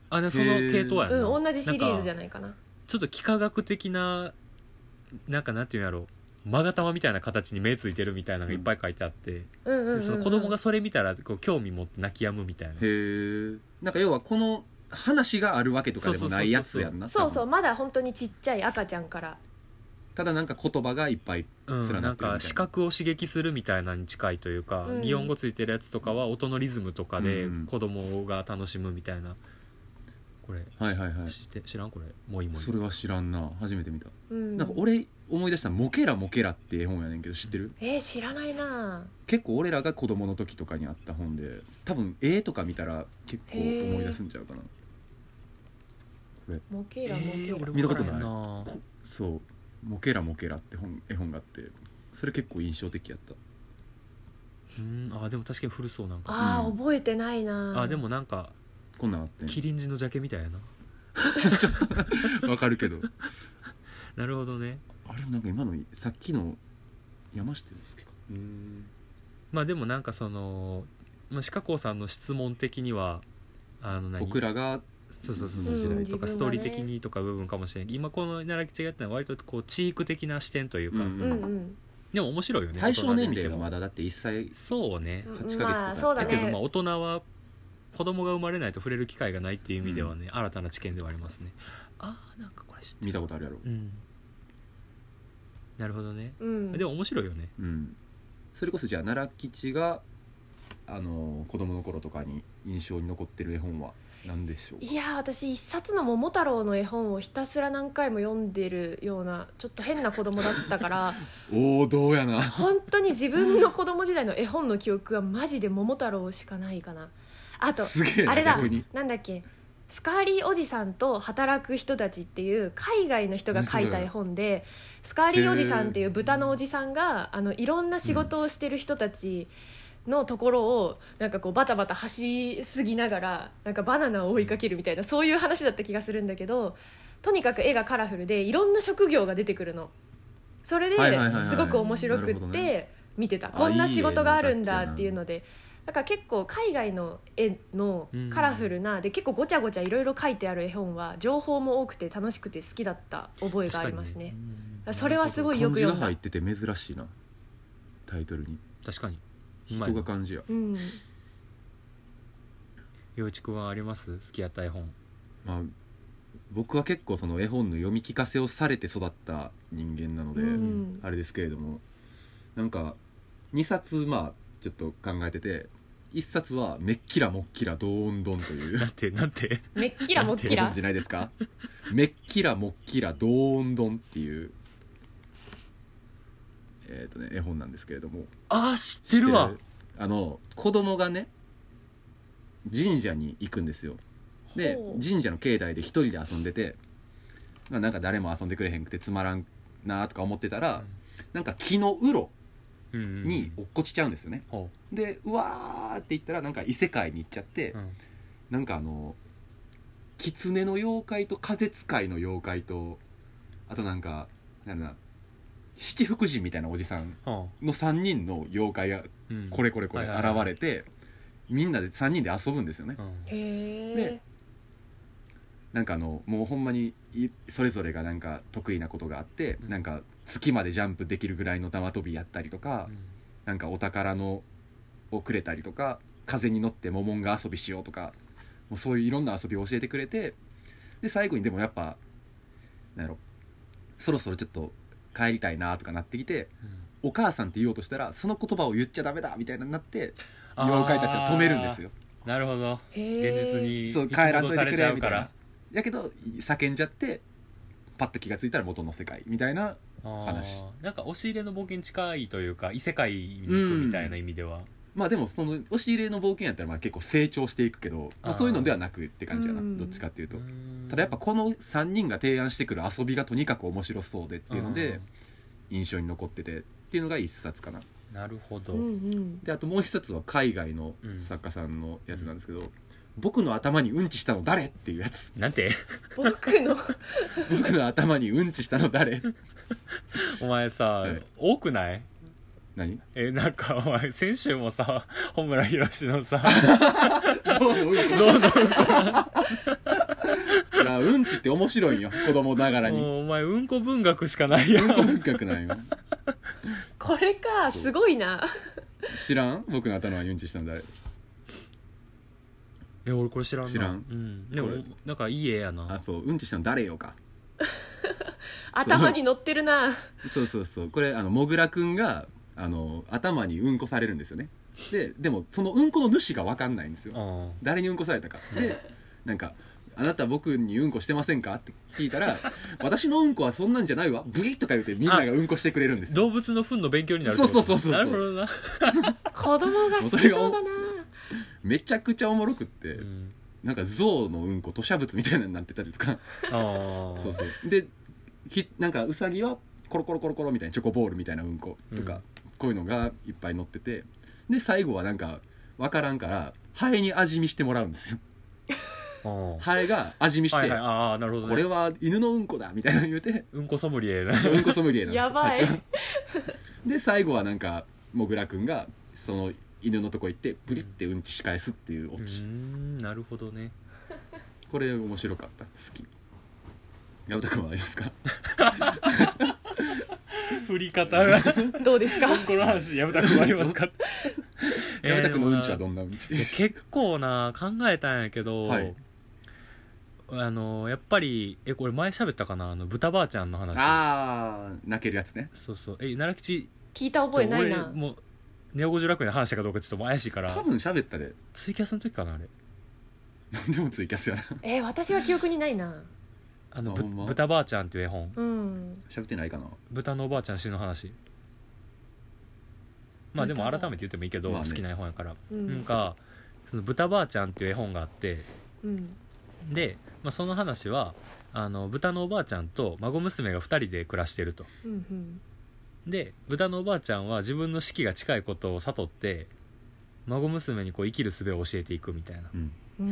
あでその系統やな、 うん、同じシリーズじゃないかな。 ちょっと幾何学的ななんかなんていうんやろ勾玉みたいな形に目ついてるみたいなのがいっぱい書いてあって、 うんうんうんうん、 その子供がそれ見たらこう興味持って泣き止むみたいな。 へえ。なんか要はこの話があるわけとかでもないやつやんな。 そうそう、まだ本当にちっちゃい赤ちゃんから、 ただなんか言葉がいっぱい連なってるみたいな、 うん、なんか視覚を刺激するみたいなのに近いというか、うん、擬音語ついてるやつとかは音のリズムとかで子供が楽しむみたいな。これ、 はいはいはい、 知って知らんこれもういいもん。 それは知らんな、初めて見た、 うん、 なんか俺思い出したモケラモケラって絵本やねんけど知ってる？ えー、知らないな。 結構俺らが子供の時とかにあった本で、多分絵とか見たら結構思い出すんちゃうかな。これモケラモケラ、えー、 見たことない？こそうモケラモケラって本絵本があって、それ結構印象的やった。 うん、あでも確かに古そう。なんかあ、うん、覚えてないな。 あでもなんかこんなんあってんキリンジのジャケみたいやなわかるけどなるほどね。 あれなんか今のさっきの山下洋介か。うーん、 まあでもなんかその、まあ、鹿子さんの質問的にはあの何僕らがそうそうそう時代とかストーリー的にとか部分かもしれない。今この奈良吉がやったのは割とこうチーク的な視点というか、うんうん、でも面白いよね。 対象年齢がまだだっていっさいそうねはちかげつとか、まあそうだね、 だけどまあ大人は子供が生まれないと触れる機会がないっていう意味ではね、うん、新たな知見ではありますね。あーなんかこれ知ってる、 見たことあるやろ、 うん、なるほどね、 うん、 でも面白いよね、 うん、それこそじゃあ奈良吉があの子供の頃とかに印象に残ってる絵本は何でしょうか？ いや私一冊の桃太郎の絵本をひたすら何回も読んでるようなちょっと変な子供だったから王道やな。 本当に自分の子供時代の絵本の記憶はマジで桃太郎しかないかな。あとあれだなんだっけ、スカーリーおじさんと働く人たちっていう海外の人が書いた絵本で、スカーリーおじさんっていう豚のおじさんがあのいろんな仕事をしてる人たちのところをなんかこうバタバタ走りすぎながらなんかバナナを追いかけるみたいな、そういう話だった気がするんだけど、とにかく絵がカラフルでいろんな職業が出てくるの。それですごく面白くって見てた、こんな仕事があるんだっていうので。だから結構海外の絵のカラフルな、うん、で結構ごちゃごちゃいろいろ書いてある絵本は情報も多くて楽しくて好きだった覚えがありますね。それはすごいよく読んだ。 漢字が入ってて珍しいな、タイトルに。 確かに人が漢字や。 陽一くんはあります？好きやった絵本。 まあ僕は結構その絵本の読み聞かせをされて育った人間なので、うん、あれですけれども、なんかにさつまあちょっと考えてて、一冊はめっきらもっきらどーんどんというなんてなんてめっきらもっきらじゃないですか。めっきらもっきらどーんどんっていうえっ、ー、とね絵本なんですけれども。 あー知ってるわ。 あの子供がね神社に行くんですよ。で神社の境内で一人で遊んでて、まあ、なんか誰も遊んでくれへんくてつまらんなとか思ってたら、うん、なんか木のうろに落っこちちゃうんですよね、うんうん、でうわーって言ったらなんか異世界に行っちゃって、うん、なんかあの狐の妖怪と風使いの妖怪とあとなんかなんだ七福神みたいなおじさんのさんにんの妖怪がこれこれこれ現れて、みんなでさんにんで遊ぶんですよね、うん、 へでなんかあのもうほんまにそれぞれがなんか得意なことがあって、うん、なんか月までジャンプできるぐらいの縄跳びやったりとか、うん、なんかお宝のをくれたりとか、風に乗ってモモンガ遊びしようとか、もうそういういろんな遊びを教えてくれて、で最後にでもやっぱなんやろそろそろちょっと帰りたいなとかなってきて、うん、お母さんって言おうとしたらその言葉を言っちゃダメだみたいなになって妖怪たちを止めるんですよ。 なるほど。現実にそう帰らんといてくれみたいな。やけど叫んじゃってパッと気がついたら元の世界みたいな話。 なんか押し入れの冒険近いというか異世界に行くみたいな意味では、うん、 まあでもその押し入れの冒険やったらまあ結構成長していくけど、まあ、そういうのではなくって感じやな、どっちかっていうと。ただやっぱこのさんにんが提案してくる遊びがとにかく面白そうでっていうので印象に残っててっていうのが一冊かな。 なるほど。 であともう一冊は海外の作家さんのやつなんですけど、うん、僕の頭にうんちしたの誰っていうやつ。 なんて僕の僕の頭にうんちしたの誰お前さ、はい、多くない何えなんかお前先週もさ穂村弘のさ象のうんこ象のうんこいやうんちって面白いんよ子供ながらに。 もうお前うんこ文学しかないやんうんこ文学なんよ。 これかすごいな。 知らん？僕の頭はうんちしたの誰？ え俺これ知らんな。 知らんうんでもこれなんかいい絵やな。 あそううんちしたの誰よか。 頭に乗ってるな。 そうそうそうこれあのもぐらくんがあの頭にうんこされるんですよね。ででもそのうんこの主が分かんないんですよ。 あ誰にうんこされたかでなんかあなた僕にうんこしてませんかって聞いたら私のうんこはそんなんじゃないわブリッとか言ってみんながうんこしてくれるんですよ。 動物の糞の勉強になるってこと。 そうそうそうそうなるほどな。 子供が好きそうだな。 めちゃくちゃおもろくって、 うん、 なんか象のうんこ吐砂物みたいなのになってたりとかあそうそうでひなんかウサギはコロコロコロコロみたいなチョコボールみたいなうんことか、うん、こういうのがいっぱい乗っててで最後はなんか分からんからハエに味見してもらうんですよ。ハエが味見して、はいはい、あなるほどね、これは犬のうんこだみたいなの言うてうんこソムリエなうんこソムリエなんですよ。 やばい。 で最後はなんかもぐらくんがその犬のとこ行ってブリってうんちし返すっていうオチ。 うーんなるほどね。 これ面白かった好き。矢田君はありますか？ 振り方がどうですか？ この話矢田君ありますか？ 矢田君のうんちはどんなうんち？ 結構な考えたんやけど、はい、あのやっぱりえこれ前喋ったかなあの豚ばあちゃんの話。 ああ泣けるやつね。 そうそうえ奈良吉聞いた覚えないな。 もうネオ五十楽園の話したかどうかちょっともう怪しいから。 多分喋ったで。 ツイキャスの時かなあれ。 なんでもツイキャスやな。 えー、私は記憶にないな。 あのぶ豚ばあちゃんっていう絵本。 うん。 喋ってないかな。 豚のおばあちゃん死ぬ話。まあでも改めて言ってもいいけど、まあね、好きな絵本やから。うん、なんかその豚ばあちゃんっていう絵本があって、うん、で、まあ、その話はあの豚のおばあちゃんと孫娘がふたりで暮らしてると。うんうんで豚のおばあちゃんは自分の死期が近いことを悟って孫娘にこう生きる術を教えていくみたいな、うん、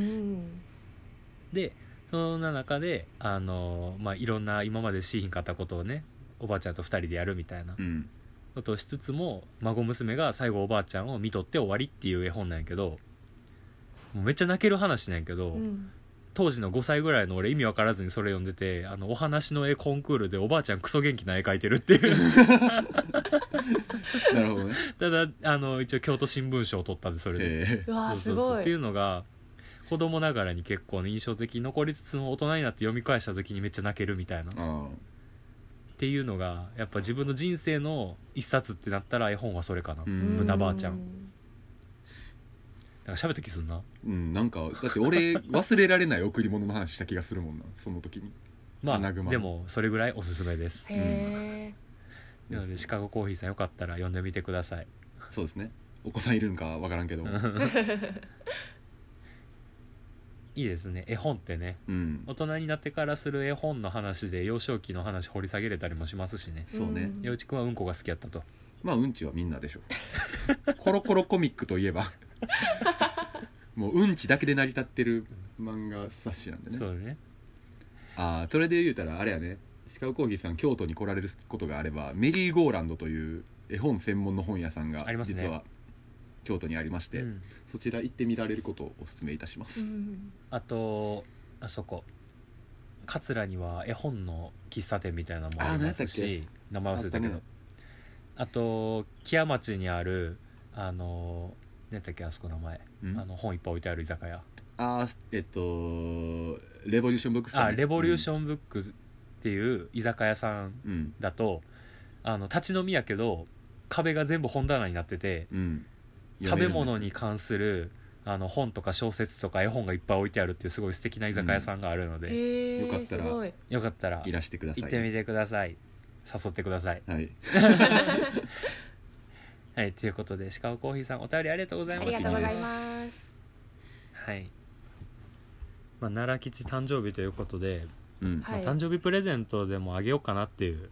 でそんな中であの、まあ、いろんな今までしひんかったことをねおばあちゃんとふたりでやるみたいなことをしつつも、孫娘が最後おばあちゃんを見とって終わりっていう絵本なんやけどもうめっちゃ泣ける話なんやけど、うん当時のごさいぐらいの俺意味わからずにそれ読んでてあのお話の絵コンクールでおばあちゃんクソ元気な絵描いてるっていうなるほどね。 ただあの一応京都新聞賞を取ったんでそれでうわすごいっていうのが子供ながらに結構、ね、印象的に残りつつも大人になって読み返した時にめっちゃ泣けるみたいなっていうのがやっぱ自分の人生の一冊ってなったら絵本はそれかな。豚ばあちゃんなんか喋った気するな。 うんなんかだって俺忘れられない贈り物の話した気がするもんなその時に。 まあでもそれぐらいおすすめです。 へえ、うん、なのでシカゴコーヒーさんよかったら読んでみてください。 そうですね。お子さんいるんかわからんけどいいですね絵本ってね、うん、大人になってからする絵本の話で幼少期の話掘り下げれたりもしますしね。 そうね。 陽一くんはうんこが好きやったと。 まあうんちはみんなでしょコロコロコミックといえばもううんちだけで成り立ってる漫画冊子なんでね。 そうね。 ああそれで言うたらあれやねシカゴコーヒーさん京都に来られることがあればメリーゴーランドという絵本専門の本屋さんが実は京都にありまして、うん、そちら行ってみられることをお勧めいたします、うん、 あとあそこ桂には絵本の喫茶店みたいなのもありますし名前忘れたけど あ,、ね、あと木屋町にあるあの何だっけあそこ名前あの本いっぱい置いてある居酒屋あえっとレボリューションブックス、ね、 あレボリューションブックっていう居酒屋さんだと、うん、あの立ち飲みやけど壁が全部本棚になってて、うん、食べ物に関するあの本とか小説とか絵本がいっぱい置いてあるっていうすごい素敵な居酒屋さんがあるので、 うん、よかったらよかったらいらしてください。 行ってみてください。誘ってください。はいはい、ということでシカゴコーヒーさんお便りありがとうございました。 ありがとうございます。 はい、まあ、奈良吉誕生日ということで、うんまあ、 はい、 誕生日プレゼントでもあげようかなっていう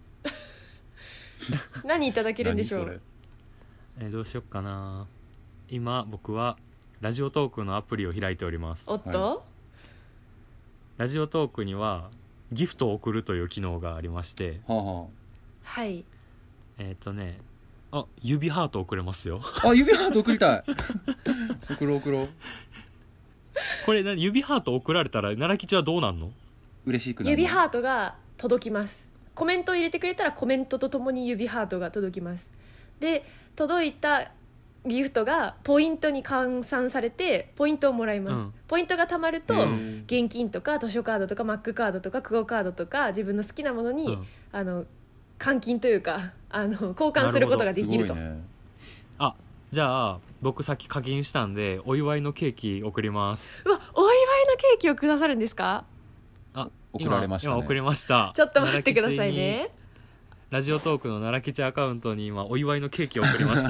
何いただけるんでしょう。 えー、どうしようかな。今僕はラジオトークのアプリを開いております。 おっと、はい、 ラジオトークにはギフトを送るという機能がありまして、 はあ、はいえっ、ー、とねあ、指ハート送れますよ。 あ、指ハート送りたい。送ろう送ろう。 これ何、指ハート送られたら奈良吉はどうなんの？ 嬉しくなる。 指ハートが届きます。コメントを入れてくれたらコメントとともに指ハートが届きます。で届いたギフトがポイントに換算されてポイントをもらいます、うん、ポイントが貯まると、うん、現金とか図書カードとか Mac カードとかクオカードとか自分の好きなものに、うん、あの換金というかあの交換することができると。 るね、 あ、じゃあ僕さっき課金したんでお祝いのケーキ送ります。 うわ、お祝いのケーキをくださるんですか？ あ、 送られましたね。 今送りました。 ちょっと待ってくださいね。 ラジオトークの奈良吉アカウントに今お祝いのケーキを送りました。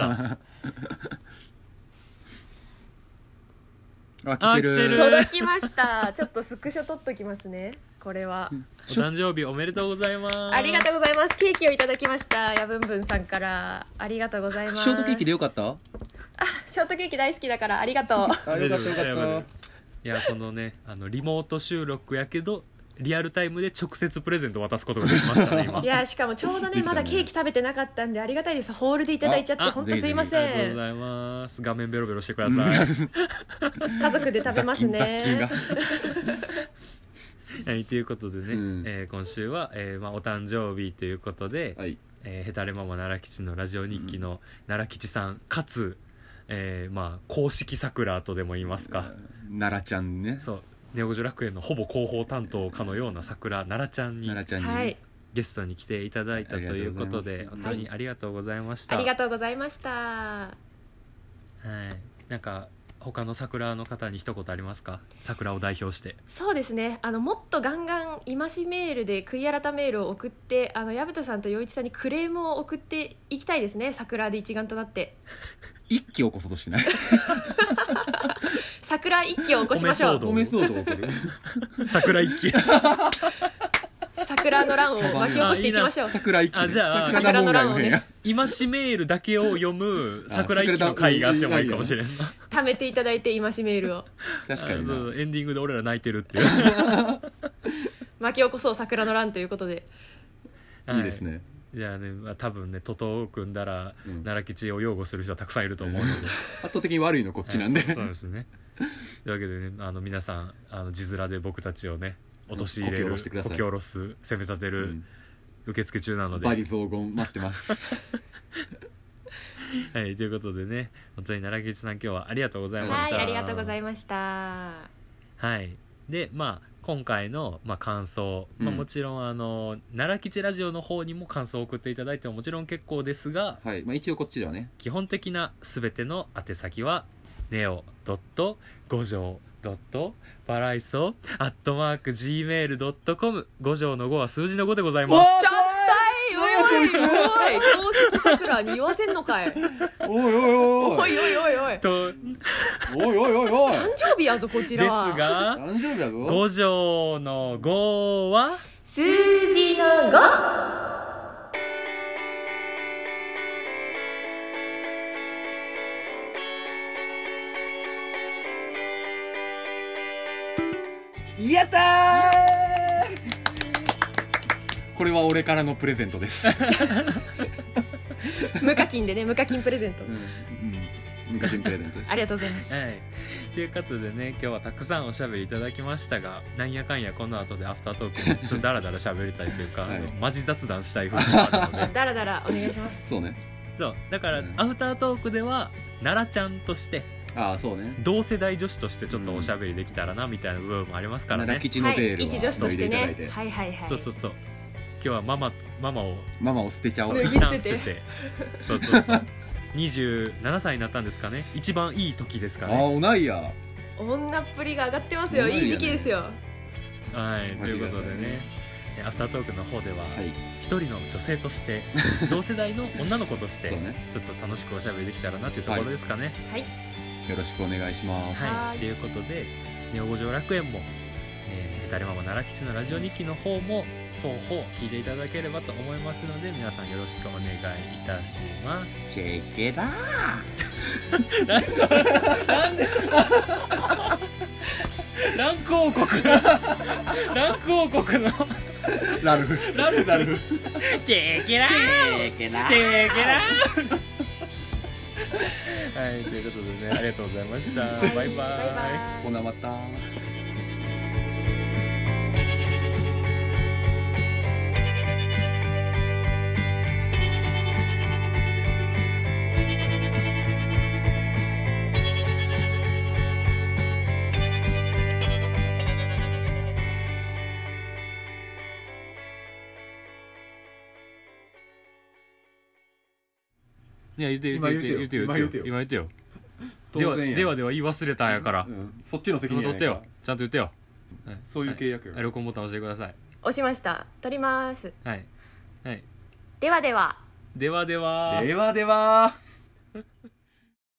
あ、来てる。 来てる。 届きました。ちょっとスクショ撮っときますね。これはお誕生日おめでとうございます。 ありがとうございます。ケーキをいただきました。やぶんぶんさんからありがとうございます。 ショートケーキでよかった？ あ、ショートケーキ大好きだからありがとう。 ありがとうよかった。 いや、このね、あのリモート収録やけどリアルタイムで直接プレゼント渡すことができましたね今。 いや、しかもちょうどねまだケーキ食べてなかったんでありがたいです。ホールでいただいちゃって本当すいません。 ありがとうございます。画面ベロベロしてください。 家族で食べますね。 はい、ということでね、うん、えー、今週は、えーまあ、お誕生日ということで、 はい、 えー、ヘタレママ奈良吉のラジオ日記の奈良吉さんかつ、えーまあ、公式桜とでも言いますか、 奈良ちゃんね。 そう、ネオ五条楽園のほぼ広報担当かのような桜奈良ちゃんにゲストに来ていただいたということで、本当にありがとうございました。 ありがとうございました。 はい、なんか他の桜の方に一言ありますか？桜を代表して。 そうですね、あのもっとガンガン今しメールで悔い改メールを送って、あの矢蓋さんと陽一さんにクレームを送っていきたいですね。桜で一丸となって一気起こそうとしない？ 桜一気を起こしましょう。 米騒動起こる。 桜一気。 桜の乱を巻き起こしていきましょう。 桜一気。 あ、じゃあ桜の乱をね、 今しメールだけを読む桜一気の回があってもいいかもしれんな。 貯めていただいて今しメールを。 確かにな。 エンディングで俺ら泣いてるっていう。 巻き起こそう桜の乱ということで。 いいですね。 じゃあね、まあ、多分ね徒党を組んだら、うん、奈良吉を擁護する人はたくさんいると思うので、 圧倒的に悪いのこっちなんで。 そう、そうですね。というわけでね、あの皆さんあの字面で僕たちをね陥れる、こき下ろす、攻め立てる、うん、受付中なのでバリ雑言待ってます。 はい、ということでね、本当に奈良吉さん今日はありがとうございました。 はい、ありがとうございました。 はい、でまあ今回の、まあ、感想、うん、まあ、もちろんあの奈良吉ラジオの方にも感想を送っていただいてももちろん結構ですが、 はい、まあ、一応こっちではね基本的な全ての宛先はネオドット五条ドットパライソアットマーク ジーメールドットコム、 五条のごは数字のごでございます。 ちょっとい、おいおい公式桜に言わせんのかい。 おいおいおいおいおいおいおいとおいおいおいおい誕生日やぞこちらは。 ですが誕生日やぞ。 五条のごは数字のご。 やったー。これは俺からのプレゼントです。 無課金でね、無課金プレゼント、うんうん、 無課金プレゼントです。 ありがとうございます、 はい、ということでね、今日はたくさんおしゃべりいただきましたが、なんやかんやこの後でアフタートークにちょっとダラダラしゃべりたいというか、はい、あのマジ雑談したい風もあるのでダラダラお願いします。 そうね、 そうだから、うん、アフタートークでは奈良ちゃんとしてああそうね、 同世代女子としてちょっとおしゃべりできたらなみたいな部分もありますからね。 奈良吉のベールを一女子としてね、 はいはいはい、 そうそうそう、今日はママママをママを捨てちゃおう、 脱ぎ捨ててそうそうそうにじゅうななさいになったんですかね、一番いい時ですかね。 ああおないや、 女っぷりが上がってますよ、いい時期ですよ。 はい、ということでね、アフタートークの方では一人の女性として同世代の女の子としてちょっと楽しくおしゃべりできたらなというところですかね。 はい、 よろしくお願いします。 はい、ということでネオ五条楽園も、えー、ヘタレママ奈良吉のラジオ日記の方も双方聞いていただければと思いますので、皆さんよろしくお願いいたします。 チェケラー何それなんでそれランク王国ランク王国のラルフラルフラルフチェケラーチェケラーチェケラーはいということでねありがとうございましたバイバイバイバイほなまた。 いや言って言って言って今言ってよ今言ってよ当では然やんではでは言い忘れたんやから、 うん、そっちの責任取ってやないかよちゃんと言ってよ、はい、 そういう契約よ、 はい、録音ボタン押してください。 押しました。取ります。 はいはいではではではではではでは